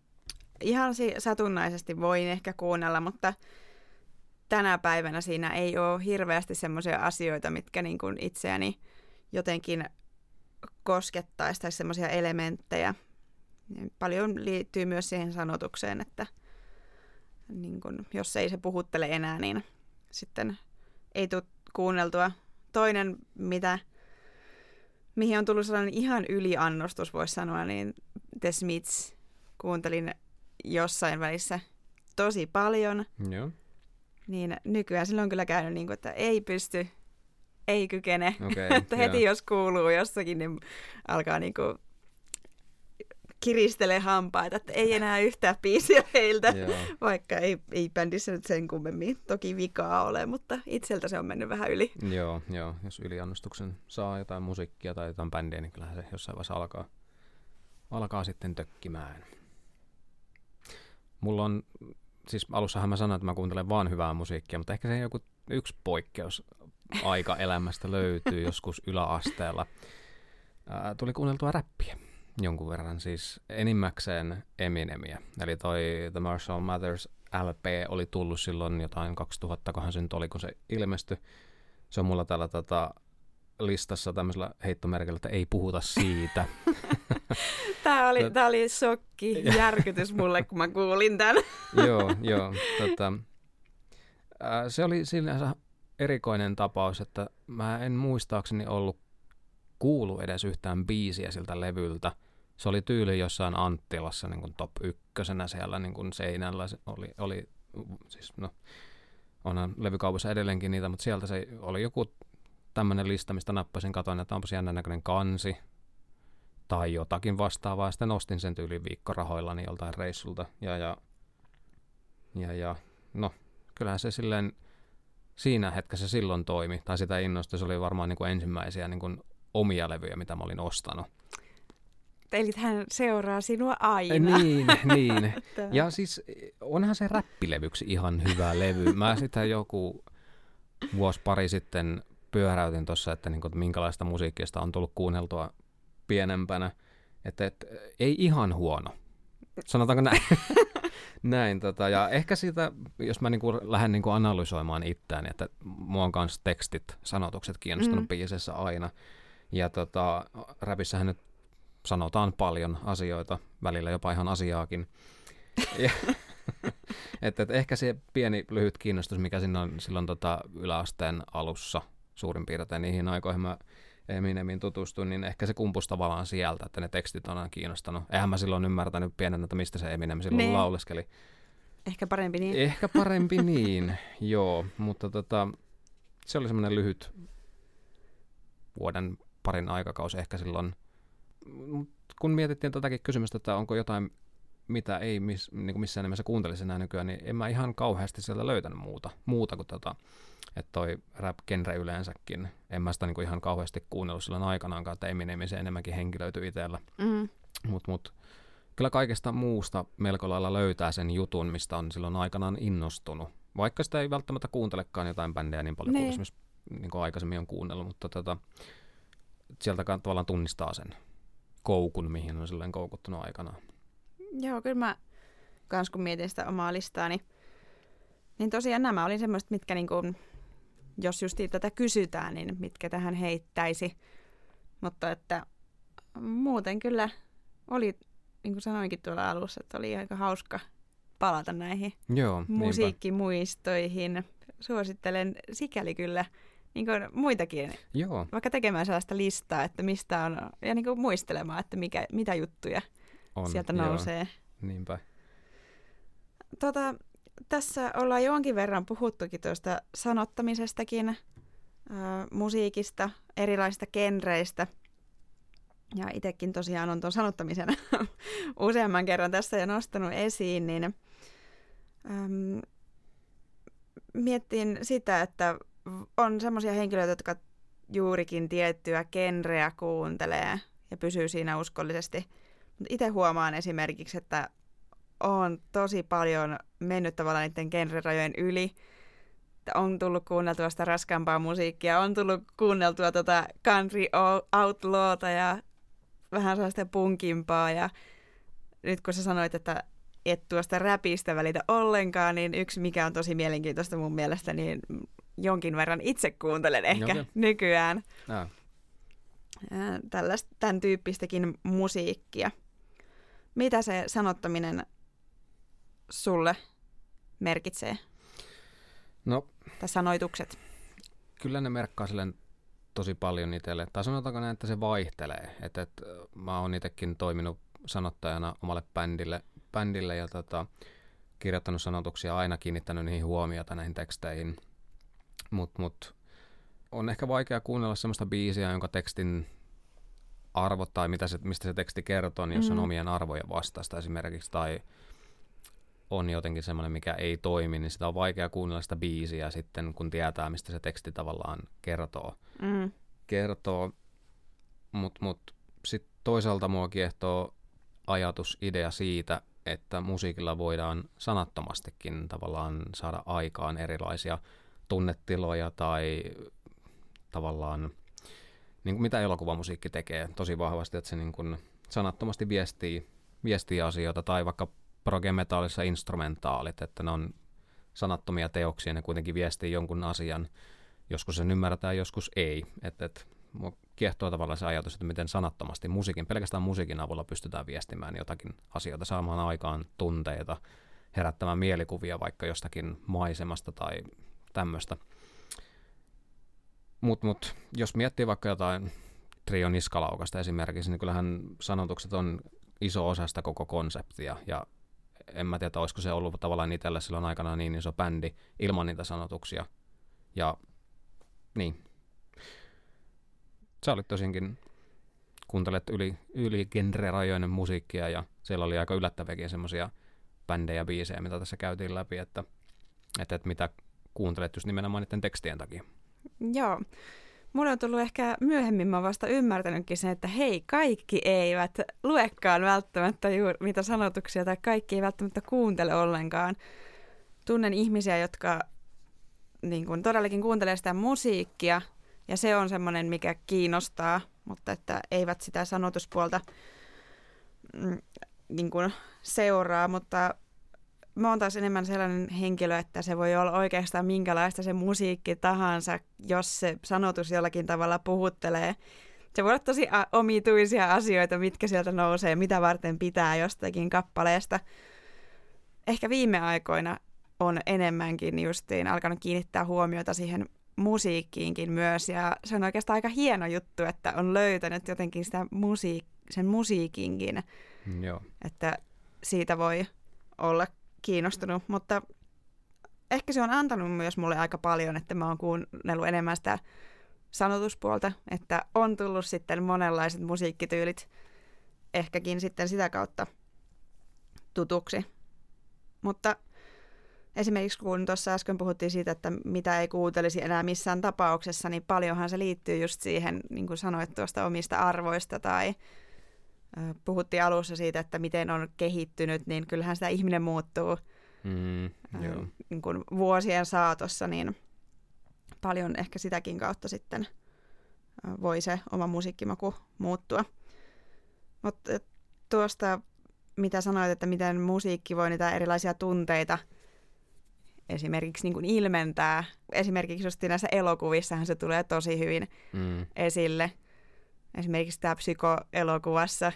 ihan si- satunnaisesti voin ehkä kuunnella, mutta tänä päivänä siinä ei ole hirveästi semmoisia asioita, mitkä niin kuin itseäni jotenkin koskettaisi tai semmoisia elementtejä. Paljon liittyy myös siihen sanotukseen, että niin kun, jos ei se puhuttele enää, niin sitten ei tule kuunneltua. Toinen, mitä, mihin on tullut sellainen ihan yliannostus, voisi sanoa, niin The Smiths kuuntelin jossain välissä tosi paljon. Joo. Niin nykyään silloin on kyllä käynyt niin kuin, että ei pysty, ei kykene. Okay, että heti jos kuuluu jossakin, niin alkaa niin kuin kiristele hampaita, että ei enää yhtään biisiä heiltä, vaikka ei, ei bändissä nyt sen kummemmin toki vikaa ole, mutta itseltä se on mennyt vähän yli. Joo, joo. Jos yliannostuksen saa jotain musiikkia tai jotain bändiä, niin kyllähän se jossain vaiheessa alkaa, alkaa sitten tökkimään. Mulla on, siis alussahan mä sanoin, että mä kuuntelen vaan hyvää musiikkia, mutta ehkä se joku yksi poikkeus aika elämästä löytyy joskus yläasteella. Ää, tuli kuunneltua räppiä jonkun verran, siis enimmäkseen Eminemiä. Eli toi The Marshall Mathers L P oli tullut silloin jotain kaksituhatta, kohan se nyt oli, kun se ilmestyi. Se on mulla täällä tota, listassa tämmöisellä heittomerkillä, että ei puhuta siitä. Tää oli, tää oli shokki, järkytys mulle, kun mä kuulin tän. Joo, joo. Tota, ää, se oli sinänsä erikoinen tapaus, että mä en muistaakseni ollut kuulu edes yhtään biisiä siltä levyltä. Se oli tyyli jossain Anttilassa niin kuin top ykkösenä siellä niin kuin seinällä. Se oli, oli, siis no, onhan levykaupassa edelleenkin niitä, mutta sieltä se oli joku tämmöinen lista, mistä nappasin, katoin, että onpas jännän näköinen kansi tai jotakin vastaavaa. Sitten ostin sen tyyliin viikkorahoillani joltain reissulta. Ja, ja, ja, ja no, kyllähän se silleen siinä hetkessä silloin toimi, tai sitä innostui. Se oli varmaan niin kuin ensimmäisiä niin kuin omia levyjä, mitä mä olin ostanut. Eli hän seuraa sinua aina. Niin, niin. Ja siis onhan se räppilevyksi ihan hyvä levy. Mä sitä joku vuosi pari sitten pyöräytin tuossa, että, niin kuin, että minkälaista musiikista on tullut kuunneltua pienempänä. Että et, ei ihan huono. Sanotaanko näin? Näin, tota, ja ehkä siitä, jos mä niinku lähden niinku analysoimaan itseäni, että mua on kanssa tekstit, sanotukset kiinnostunut mm. biisissä aina. Ja tota, räpissähän nyt sanotaan paljon asioita, välillä jopa ihan asiaakin. Ja, että et ehkä se pieni lyhyt kiinnostus, mikä siinä on silloin tota yläasteen alussa suurin piirtein niihin aikoihin mä Eminemin tutustuin, niin ehkä se kumpusi tavallaan sieltä, että ne tekstit on aina kiinnostanut. Eihän mä silloin ymmärtänyt pienenä, että mistä se Eminem silloin ne. lauleskeli. Ehkä parempi niin. Ehkä parempi niin, joo. Mutta tota, se oli semmoinen lyhyt vuoden parin aikakausi ehkä silloin. Kun mietittiin tätäkin kysymystä, että onko jotain, mitä ei miss, niin kuin missään nimessä kuuntelisi enää nykyään, niin en mä ihan kauheasti sieltä löytänyt muuta, muuta kuin tota, että toi rap-genre yleensäkin. En mä sitä niin kuin ihan kauheasti kuunnellut silloin aikanaankaan, että Eminem se enemmänkin henkilöityi itsellä. Mm. Mutta mut, kyllä kaikesta muusta melko lailla löytää sen jutun, mistä on silloin aikanaan innostunut. Vaikka sitä ei välttämättä kuuntelekaan jotain bändejä niin paljon kuin esimerkiksi niin kuin aikaisemmin on kuunnellut, mutta tota, sieltä tavallaan tunnistaa sen koukun, mihin on silleen koukuttunut aikanaan. Joo, kyllä mä kans kun mietin sitä omaa listaani, niin tosiaan nämä oli semmoiset, mitkä niin kuin, jos just tätä kysytään, niin mitkä tähän heittäisi. Mutta että muuten kyllä oli, niin kuin sanoinkin tuolla alussa, että oli aika hauska palata näihin Joo, musiikkimuistoihin. Suosittelen sikäli kyllä niin kuin muitakin, Joo. vaikka tekemään sellaista listaa, että mistä on, ja niin kuin muistelemaan, että mikä, mitä juttuja on, sieltä nousee. Joo. Niinpä. Tota, tässä ollaan jonkin verran puhuttukin tuosta sanottamisestakin, ää, musiikista, erilaisista genreistä. Ja itsekin tosiaan on tuon sanottamisen useamman kerran tässä jo nostanut esiin, niin äm, miettin sitä, että on semmoisia henkilöitä, jotka juurikin tiettyä genreä kuuntelee ja pysyy siinä uskollisesti. Mutta itse huomaan esimerkiksi, että on tosi paljon mennyt tavallaan niiden genrerajojen yli. On tullut kuunneltua sitä raskaampaa musiikkia, on tullut kuunneltua tota country outlawta ja vähän sellaista punkimpaa. Ja nyt kun sä sanoit, että et tuosta räpistä välitä ollenkaan, niin yksi mikä on tosi mielenkiintoista mun mielestä, niin jonkin verran itse kuuntelen ehkä okay. nykyään ah. tällaista, tämän tyyppistäkin musiikkia. Mitä se sanottaminen sulle merkitsee? No, tai sanoitukset? Kyllä ne merkkaa silleen tosi paljon itselle. Tai sanotaanko näin, että se vaihtelee. Että, että mä oon itsekin toiminut sanottajana omalle bändille, bändille ja tota, kirjoittanut sanotuksia, aina kiinnittänyt niihin huomiota näihin teksteihin. Mutta mut, on ehkä vaikea kuunnella semmoista biisiä, jonka tekstin arvot tai mitä se, mistä se teksti kertoo, niin jos on mm. omien arvojen vastaista esimerkiksi, tai on jotenkin semmoinen, mikä ei toimi, niin sitä on vaikea kuunnella sitä biisiä sitten, kun tietää, mistä se teksti tavallaan kertoo. Mm. kertoo. Mutta mut, sitten toisaalta mua kiehtoo ajatus, idea siitä, että musiikilla voidaan sanattomastikin tavallaan saada aikaan erilaisia tunnetiloja tai tavallaan, niin kuin mitä elokuvamusiikki tekee tosi vahvasti, että se niin kuin sanattomasti viestii, viestii asioita, tai vaikka proge-metallissa instrumentaalit, että ne on sanattomia teoksia, ne kuitenkin viestii jonkun asian, joskus sen ymmärretään, joskus ei. Että et, mua kiehtoo tavallaan se ajatus, että miten sanattomasti musiikin, pelkästään musiikin avulla pystytään viestimään jotakin asioita, saamaan aikaan tunteita, herättämään mielikuvia vaikka jostakin maisemasta tai tämmöistä. Mutta mut, jos miettii vaikka jotain Trio Niskalaukasta esimerkiksi, niin kyllähän sanotukset on iso osa sitä koko konseptia, ja en mä tiedä, olisiko se ollut tavallaan itselle silloin aikanaan niin iso bändi ilman niitä sanotuksia. Ja niin. Sä olit tosinkin, kuuntelet yli, yli genre-rajoinen musiikkia, ja siellä oli aika yllättäviäkin semmoisia bändejä, biisejä, mitä tässä käytiin läpi, että, että, että mitä kuuntelet just nimenomaan niiden tekstien takia. Joo. Mulle on tullut ehkä myöhemmin, mä vasta ymmärtänytkin sen, että hei, kaikki eivät luekaan välttämättä juuri mitä sanotuksia, tai kaikki ei välttämättä kuuntele ollenkaan. Tunnen ihmisiä, jotka niin kun, todellakin kuuntelee sitä musiikkia, ja se on semmoinen, mikä kiinnostaa, mutta että eivät sitä sanotuspuolta mm, niin kun seuraa, mutta mä oon taas enemmän sellainen henkilö, että se voi olla oikeastaan minkälaista se musiikki tahansa, jos se sanotus jollakin tavalla puhuttelee. Se voi olla tosi omituisia asioita, mitkä sieltä nousee, mitä varten pitää jostakin kappaleesta. Ehkä viime aikoina on enemmänkin justiin alkanut kiinnittää huomiota siihen musiikkiinkin myös, ja se on oikeastaan aika hieno juttu, että on löytänyt jotenkin sitä musiik- sen musiikinkin, Joo. että siitä voi olla kiinnostunut, mutta ehkä se on antanut myös mulle aika paljon, että mä oon kuunnellut enemmän sitä sanotuspuolta, että on tullut sitten monenlaiset musiikkityylit ehkäkin sitten sitä kautta tutuksi. Mutta esimerkiksi kun tuossa äsken puhuttiin siitä, että mitä ei kuuntelisi enää missään tapauksessa, niin paljonhan se liittyy just siihen, niin kuin sanoit tuosta omista arvoista tai puhuttiin alussa siitä, että miten on kehittynyt, niin kyllähän sitä ihminen muuttuu mm, äh, niin kuin vuosien saatossa, niin paljon ehkä sitäkin kautta sitten äh, voi se oma musiikkimaku muuttua. Mutta tuosta, mitä sanoit, että miten musiikki voi niitä erilaisia tunteita esimerkiksi niin kuin ilmentää. Esimerkiksi just näissä elokuvissahan se tulee tosi hyvin mm. esille. Esimerkiksi tämä Psyko-elokuvassa,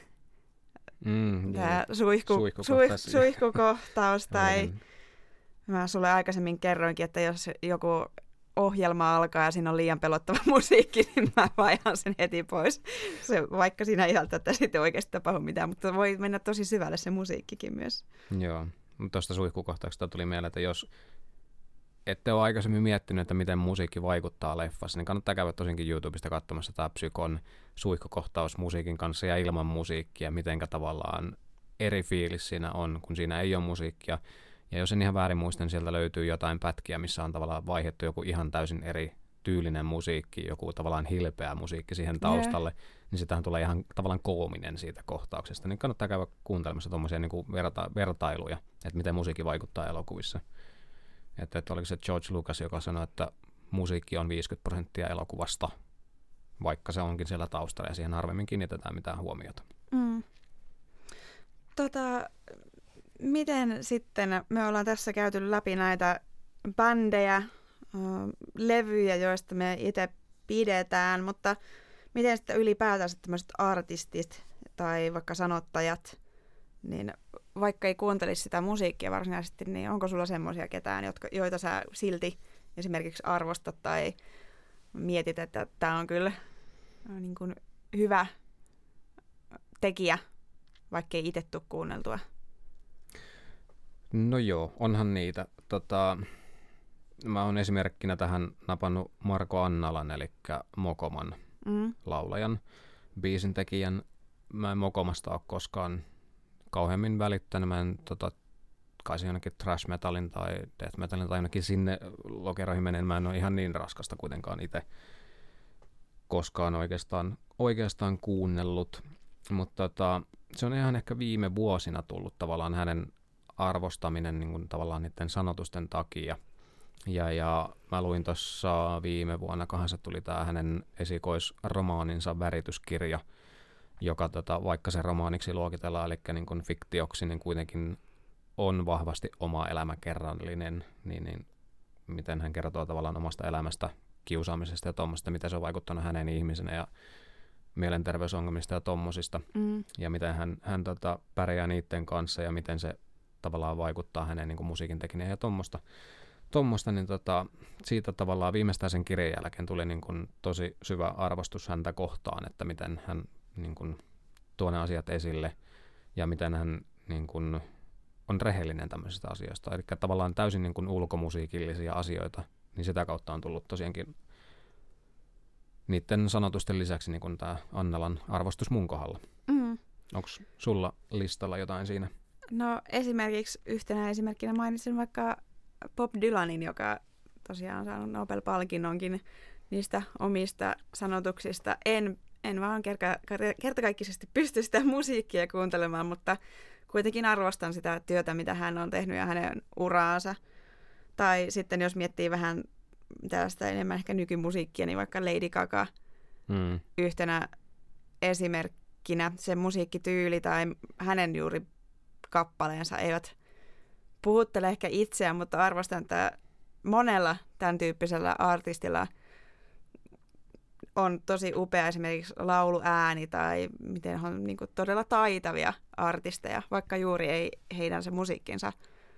mm, tämä suihku, suihkukohtaus, suih, suihkukohtaus tai mä sulle aikaisemmin kerroinkin, että jos joku ohjelma alkaa ja siinä on liian pelottava musiikki, niin mä vaihan sen heti pois. Se, vaikka siinä ei välttämättä sitten oikeasti tapahdu mitään, mutta voi mennä tosi syvälle se musiikkikin myös. Joo, mutta tuosta suihkukohtauksesta tuli mieleen, että jos ette ole aikaisemmin miettinyt, että miten musiikki vaikuttaa leffassa, niin kannattaa käydä tosinkin YouTubesta katsomassa tämä Psykon suihkukohtaus musiikin kanssa ja ilman musiikkia, mitenkä tavallaan eri fiilis siinä on, kun siinä ei ole musiikkia. Ja jos en ihan väärin muista, niin sieltä löytyy jotain pätkiä, missä on tavallaan vaihdettu joku ihan täysin eri tyylinen musiikki, joku tavallaan hilpeä musiikki siihen taustalle, yeah. niin sitähän tulee ihan tavallaan koominen siitä kohtauksesta. Niin kannattaa käydä kuuntelemassa tuommoisia niin kuin verta- vertailuja, että miten musiikki vaikuttaa elokuvissa. Että, että oliko se George Lucas, joka sanoi, että musiikki on viisikymmentä prosenttia elokuvasta, vaikka se onkin siellä taustalla ja siihen harvemmin kiinnitetään mitään huomiota. Mm. Tota, miten sitten, me ollaan tässä käyty läpi näitä bändejä, äh, levyjä, joista me itse pidetään, mutta miten sitten ylipäätänsä tämmöiset artistit tai vaikka sanottajat, niin vaikka ei kuuntelisi sitä musiikkia varsinaisesti, niin onko sulla semmoisia ketään, jotka, joita sä silti esimerkiksi arvostat tai mietit, että tämä on kyllä niin kuin hyvä tekijä, vaikka ei itse tule kuunneltua? No joo, onhan niitä. Tota, mä oon esimerkkinä tähän napannut Marko Annalan, eli Mokoman mm. laulajan, biisintekijän. Mä en Mokomasta ole koskaan kauheammin välittänyt. Mä en tota, kai se jonnekin thrash metalin tai death metalin tai jonnekin sinne lokeroihin menen. Mä en ole ihan niin raskasta kuitenkaan itse koskaan oikeastaan, oikeastaan kuunnellut. Mutta tota, se on ihan ehkä viime vuosina tullut tavallaan hänen arvostaminen niin kuin tavallaan niiden sanotusten takia. Ja, ja mä luin tuossa viime vuonna, kohan se tuli tää hänen esikoisromaaninsa Värityskirja, joka tota, vaikka se romaaniksi luokitellaan, eli niin kuin fiktioksi, niin kuitenkin on vahvasti oma elämäkerrallinen, niin, niin miten hän kertoo tavallaan omasta elämästä, kiusaamisesta ja tuommoista, miten se on vaikuttanut hänen ihmisenä ja mielenterveysongelmista ja tommosista, mm. ja miten hän, hän tota, pärjää niiden kanssa ja miten se tavallaan vaikuttaa hänen niin kuin musiikin tekijänä ja tommoista. Tommosta, niin tota, siitä tavallaan viimeistään sen kirjan jälkeen tuli niin kuin tosi syvä arvostus häntä kohtaan, että miten hän niin kuin tuo ne asiat esille ja miten hän niin kuin on rehellinen tämmöisistä asioista. Eli tavallaan täysin niin kuin ulkomusiikillisia asioita, niin sitä kautta on tullut tosiaankin niiden sanotusten lisäksi niin kuin tämä Annalan arvostus mun kohdalla. Mm. Onko sulla listalla jotain siinä? No esimerkiksi yhtenä esimerkkinä mainitsin vaikka Bob Dylanin, joka tosiaan on saanut Nobel-palkinnonkin niistä omista sanotuksista. En, en vaan kerta, kertakaikkisesti pysty sitä musiikkia kuuntelemaan, mutta kuitenkin arvostan sitä työtä, mitä hän on tehnyt ja hänen uraansa. Tai sitten jos miettii vähän tällaista enemmän ehkä nykymusiikkia, niin vaikka Lady Gaga mm. yhtenä esimerkkinä. Se musiikkityyli tai hänen juuri kappaleensa eivät puhuttele ehkä itseään, mutta arvostan, että monella tämän tyyppisellä artistilla on tosi upea esimerkiksi lauluääni tai miten on niin kuin todella taitavia artisteja, vaikka juuri ei heidän se musiikkinsa,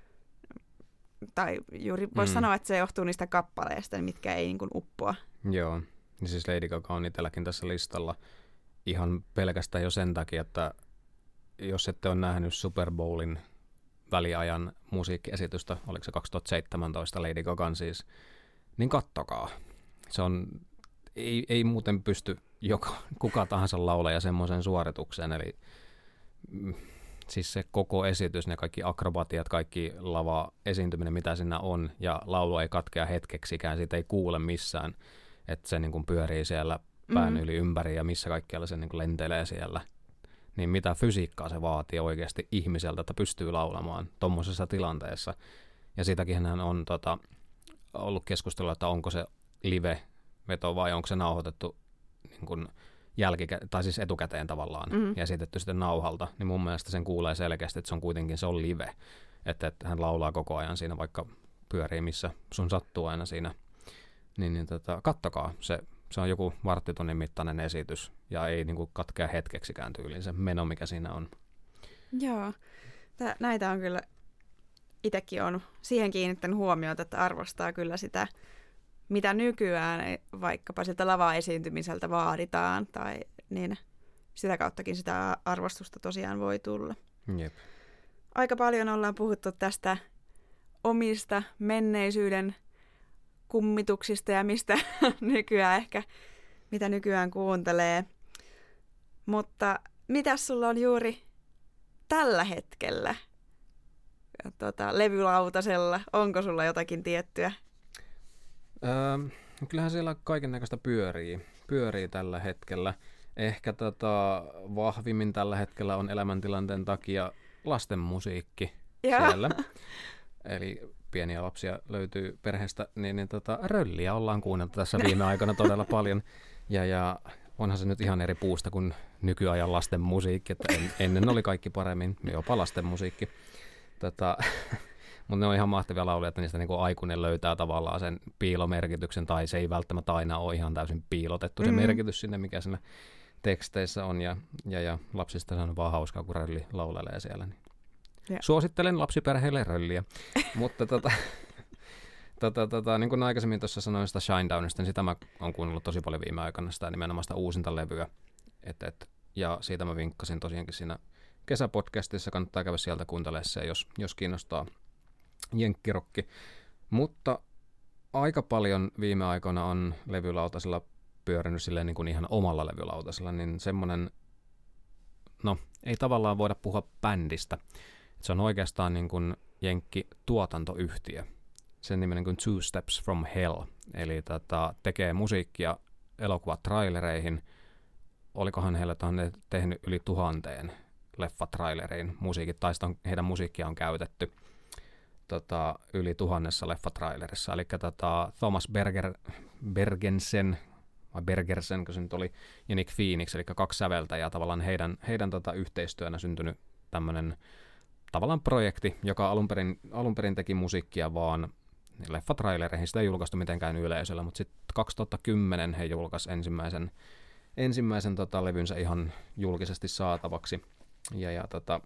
tai juuri voisi mm. sanoa, että se johtuu niistä kappaleista, mitkä ei niin kuin uppoa. Joo, niin siis Lady Gaga on itselläkin tässä listalla ihan pelkästään jo sen takia, että jos ette ole nähnyt Super Bowlin väliajan musiikkiesitystä, oliko se kaksituhattaseitsemäntoista Lady Gagan siis, niin kattokaa. Se on, ei, ei muuten pysty joka, kuka tahansa laulaja semmoisen suoritukseen, eli mm, siis se koko esitys, ne kaikki akrobatiat, kaikki lava esiintyminen, mitä siinä on, ja laulu ei katkea hetkeksikään, siitä ei kuule missään, että se niin kuin pyörii siellä pään mm-hmm. yli ympäri ja missä kaikkialla se niin kuin lentelee siellä. Niin mitä fysiikkaa se vaatii oikeasti ihmiseltä, että pystyy laulamaan tuommoisessa tilanteessa. Ja siitäkin hän on tota, ollut keskustelua, että onko se live-veto vai onko se nauhoitettu niin kuin jälkikä- tai siis etukäteen tavallaan mm-hmm. ja esitetty sitten nauhalta. Niin mun mielestä sen kuulee selkeästi, että se on kuitenkin se on live. Että, että hän laulaa koko ajan siinä, vaikka pyörii missä sun sattuu aina siinä. Niin, niin tota, kattokaa se. Se on joku varttitunnin mittainen esitys ja ei niinku katkea hetkeksikään tyyliin se meno, mikä siinä on. Joo, Tää, näitä on kyllä, itsekin on siihen kiinnittänyt huomiota, että arvostaa kyllä sitä, mitä nykyään vaikkapa siltä lava-esiintymiseltä vaaditaan, tai niin sitä kauttakin sitä arvostusta tosiaan voi tulla. Jep. Aika paljon ollaan puhuttu tästä omista menneisyyden kummituksista ja mistä nykyään ehkä, mitä nykyään kuuntelee. Mutta mitäs sulla on juuri tällä hetkellä tota, levylautasella? Onko sulla jotakin tiettyä? Öö, kyllähän siellä kaikennäköistä pyörii, pyörii tällä hetkellä. Ehkä tota, vahvimmin tällä hetkellä on elämäntilanteen takia lasten musiikki siellä. Eli pieniä lapsia löytyy perheestä, niin, niin tota, rölliä ollaan kuunneltu tässä viime aikoina todella paljon. Ja, ja onhan se nyt ihan eri puusta kuin nykyajan lasten musiikki, että en, ennen oli kaikki paremmin, jopa lasten musiikki. Tota, mutta ne on ihan mahtavia lauluja, että niistä niinku aikuinen löytää tavallaan sen piilomerkityksen, tai se ei välttämättä aina ole ihan täysin piilotettu se mm. merkitys sinne, mikä siinä teksteissä on, ja, ja, ja lapsista se on vaan hauskaa, kun rölli laulelee siellä. Niin. Suosittelen lapsiperheille rölliä, mutta tota, tota, tota, niin kuin aikaisemmin tuossa sanoin sitä Shinedownista, niin sitä mä oon kuunnellut tosi paljon viime aikoina, sitä nimenomaan sitä uusinta levyä, et, et, ja siitä mä vinkkasin tosiaankin siinä kesäpodcastissa, kannattaa käydä sieltä kuuntelemaan se, jos, jos kiinnostaa jenkkirokki, mutta aika paljon viime aikoina on levylautasella pyörinyt silleen niin kuin ihan omalla levylautasella, niin semmoinen, no ei tavallaan voida puhua bändistä, se on oikeastaan niin kuin jenkki tuotantoyhtiö, sen niminen kuin Two Steps from Hell, eli tota, tekee musiikkia elokuvatrailereihin, olikohan heillä on tehnyt yli tuhanteen leffatrailereihin musiikit, tai on, heidän musiikkia on käytetty tota, yli tuhannessa leffatrailerissa, eli tota, Thomas Berger, Bergensen, vai Bergersen, kun se nyt oli, ja Nick Phoenix, eli kaksi säveltäjää, tavallaan heidän, heidän tota, yhteistyönä syntynyt tämmöinen tavallaan projekti, joka alun perin, alun perin teki musiikkia vaan leffatrailereihin, sitä ei julkaistu mitenkään yleisöllä, mutta sitten kaksituhattakymmenen he julkaisi ensimmäisen, ensimmäisen tota, levynsä ihan julkisesti saatavaksi, ja, ja, tota,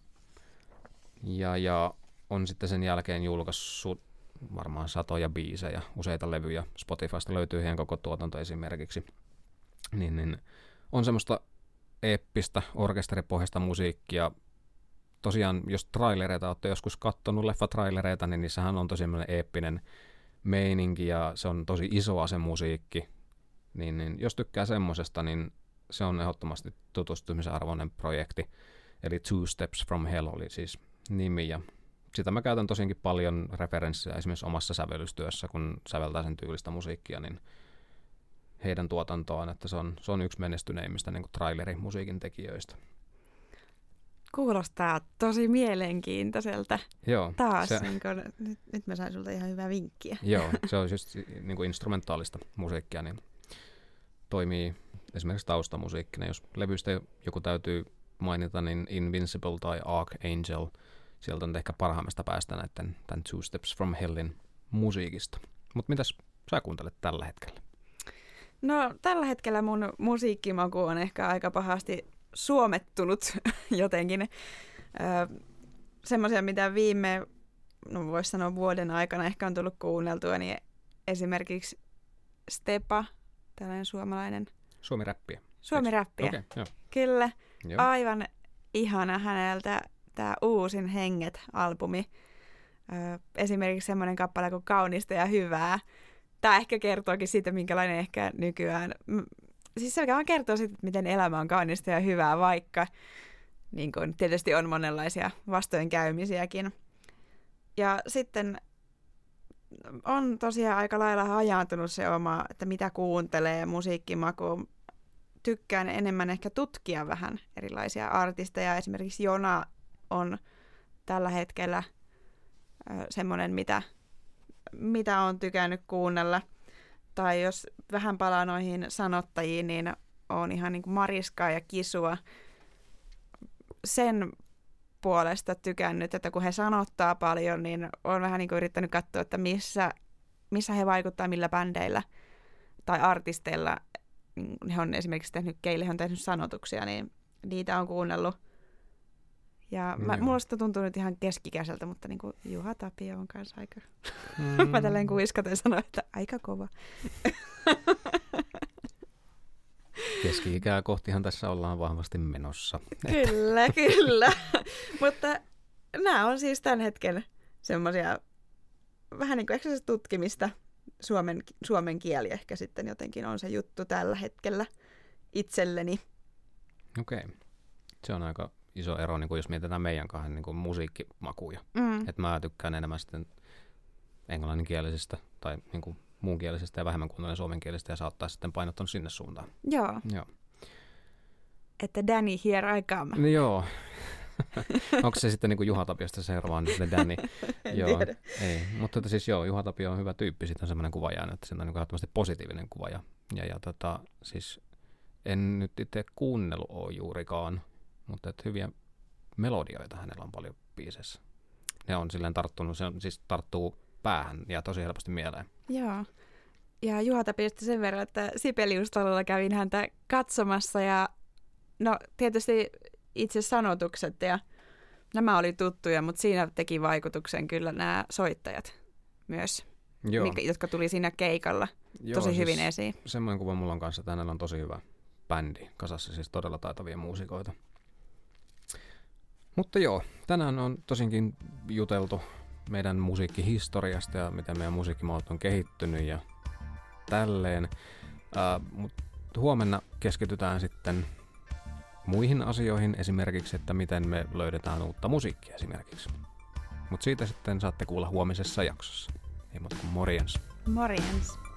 ja, ja on sitten sen jälkeen julkaissut varmaan satoja biisejä, useita levyjä, Spotifysta löytyy heidän koko tuotanto esimerkiksi, niin, niin on semmoista eeppistä, orkesteripohjaista musiikkia. Tosiaan, jos trailereita olette joskus kattonut, leffatrailereita, niin niissähän on tosi eeppinen meininki ja se on tosi isoa se musiikki. Niin, niin jos tykkää semmosesta, niin se on ehdottomasti tutustumisen arvoinen projekti. Eli Two Steps from Hell oli siis nimi ja sitä mä käytän tosiaankin paljon referenssiä esimerkiksi omassa sävellystyössä, kun säveltää sen tyylistä musiikkia, niin heidän tuotantoaan, että se on, se on yksi menestyneimmistä niin kuin trailerimusiikin tekijöistä. Kuulostaa tosi mielenkiintoiselta. Joo. Taas, se, niin kun, nyt, nyt mä sain sulta ihan hyvää vinkkiä. Joo, se on just niin kuin instrumentaalista musiikkia, niin toimii esimerkiksi taustamusiikkina. Jos levystä joku täytyy mainita, niin Invincible tai Archangel, sieltä on ehkä parhaimmasta päästä näiden tämän Two Steps from Hellin musiikista. Mutta mitäs sä kuuntelet tällä hetkellä? No tällä hetkellä mun musiikkimaku on ehkä aika pahasti suomettunut jotenkin. Öö, semmoisia, mitä viime, no voisi sanoa vuoden aikana ehkä on tullut kuunneltua, niin esimerkiksi Stepa, tällainen suomalainen. Suomi-räppiä. Suomi-räppiä, okay, joo. Kyllä. Joo. Aivan ihana häneltä tämä uusin Henget-albumi. Öö, esimerkiksi semmoinen kappale kuin Kaunista ja hyvää. Tämä ehkä kertookin siitä, minkälainen ehkä nykyään... Siis se vaan kertoo siitä, miten elämä on kaunista ja hyvää, vaikka niin kun, tietysti on monenlaisia vastoinkäymisiäkin. Ja sitten on tosiaan aika lailla hajaantunut se oma, että mitä kuuntelee musiikkimaku. Tykkään enemmän ehkä tutkia vähän erilaisia artisteja. Esimerkiksi Jona on tällä hetkellä semmoinen, mitä, mitä on tykännyt kuunnella. Tai jos vähän palaa noihin sanottajiin, niin on ihan niin kuin Mariskaa ja Kisua sen puolesta tykännyt, että kun he sanottaa paljon, niin olen vähän niin kuin yrittänyt katsoa, että missä, missä he vaikuttaa, millä bändeillä tai artisteilla. He on esimerkiksi tehnyt, keille he on tehnyt sanotuksia, niin niitä on kuunnellut. Ja mä, mulla tuntuu nyt ihan keskikäiseltä, mutta niin kuin Juha Tapio on kanssa aika... Mm. Mä tälleen kuiskaten sanoin, että aika kova. Keski-ikää kohtihan tässä ollaan vahvasti menossa. Kyllä, kyllä. Mutta nämä on siis tämän hetken semmoisia vähän niin kuin ehkä se tutkimista. Suomen, suomen kieli ehkä sitten jotenkin on se juttu tällä hetkellä itselleni. Okei. Okay. Se on aika iso ero, niin kuin jos mietitään meidän kahden niin kuin musiikkimakuja. Mm. Että mä tykkään enemmän sitten englanninkielisestä tai niin kuin muunkielisestä ja vähemmän kuuntelen suomenkielistä ja saattaa sitten painottanut sinne suuntaan. Joo. Joo. Että Danny, here I come. No joo. Onko se sitten niin kuin Juha Tapiosta seuraavaan sitten Danny? En joo. tiedä. Ei. Mutta siis joo, Juha Tapio on hyvä tyyppi. Sitten on semmoinen kuva jäänyt, että siitä on niin positiivinen kuva. Ja, ja, ja tota, siis en nyt itse kuunnellut ole juurikaan, mutta että hyviä melodioita hänellä on paljon biiseissä. ne on silleen tarttunut, se on, siis tarttuu päähän ja tosi helposti mieleen. Joo. Ja Juhata pisti sen verran, että Sibelius-talolla kävin häntä katsomassa ja no tietysti itse sanotukset ja nämä oli tuttuja, mutta siinä teki vaikutuksen kyllä nämä soittajat myös, mikä, jotka tuli siinä keikalla Joo, tosi siis hyvin esiin. Semmoinen kuva mulla on kanssa, että hänellä on tosi hyvä bändi kasassa, siis todella taitavia muusikoita. Mutta joo, tänään on tosinkin juteltu meidän musiikkihistoriasta ja miten meidän musiikkimuodot on kehittynyt ja tälleen. Äh, mutta huomenna keskitytään sitten muihin asioihin, esimerkiksi, että miten me löydetään uutta musiikkia esimerkiksi. Mutta siitä sitten saatte kuulla huomisessa jaksossa. Ei muuta kuin morjens. Morjens.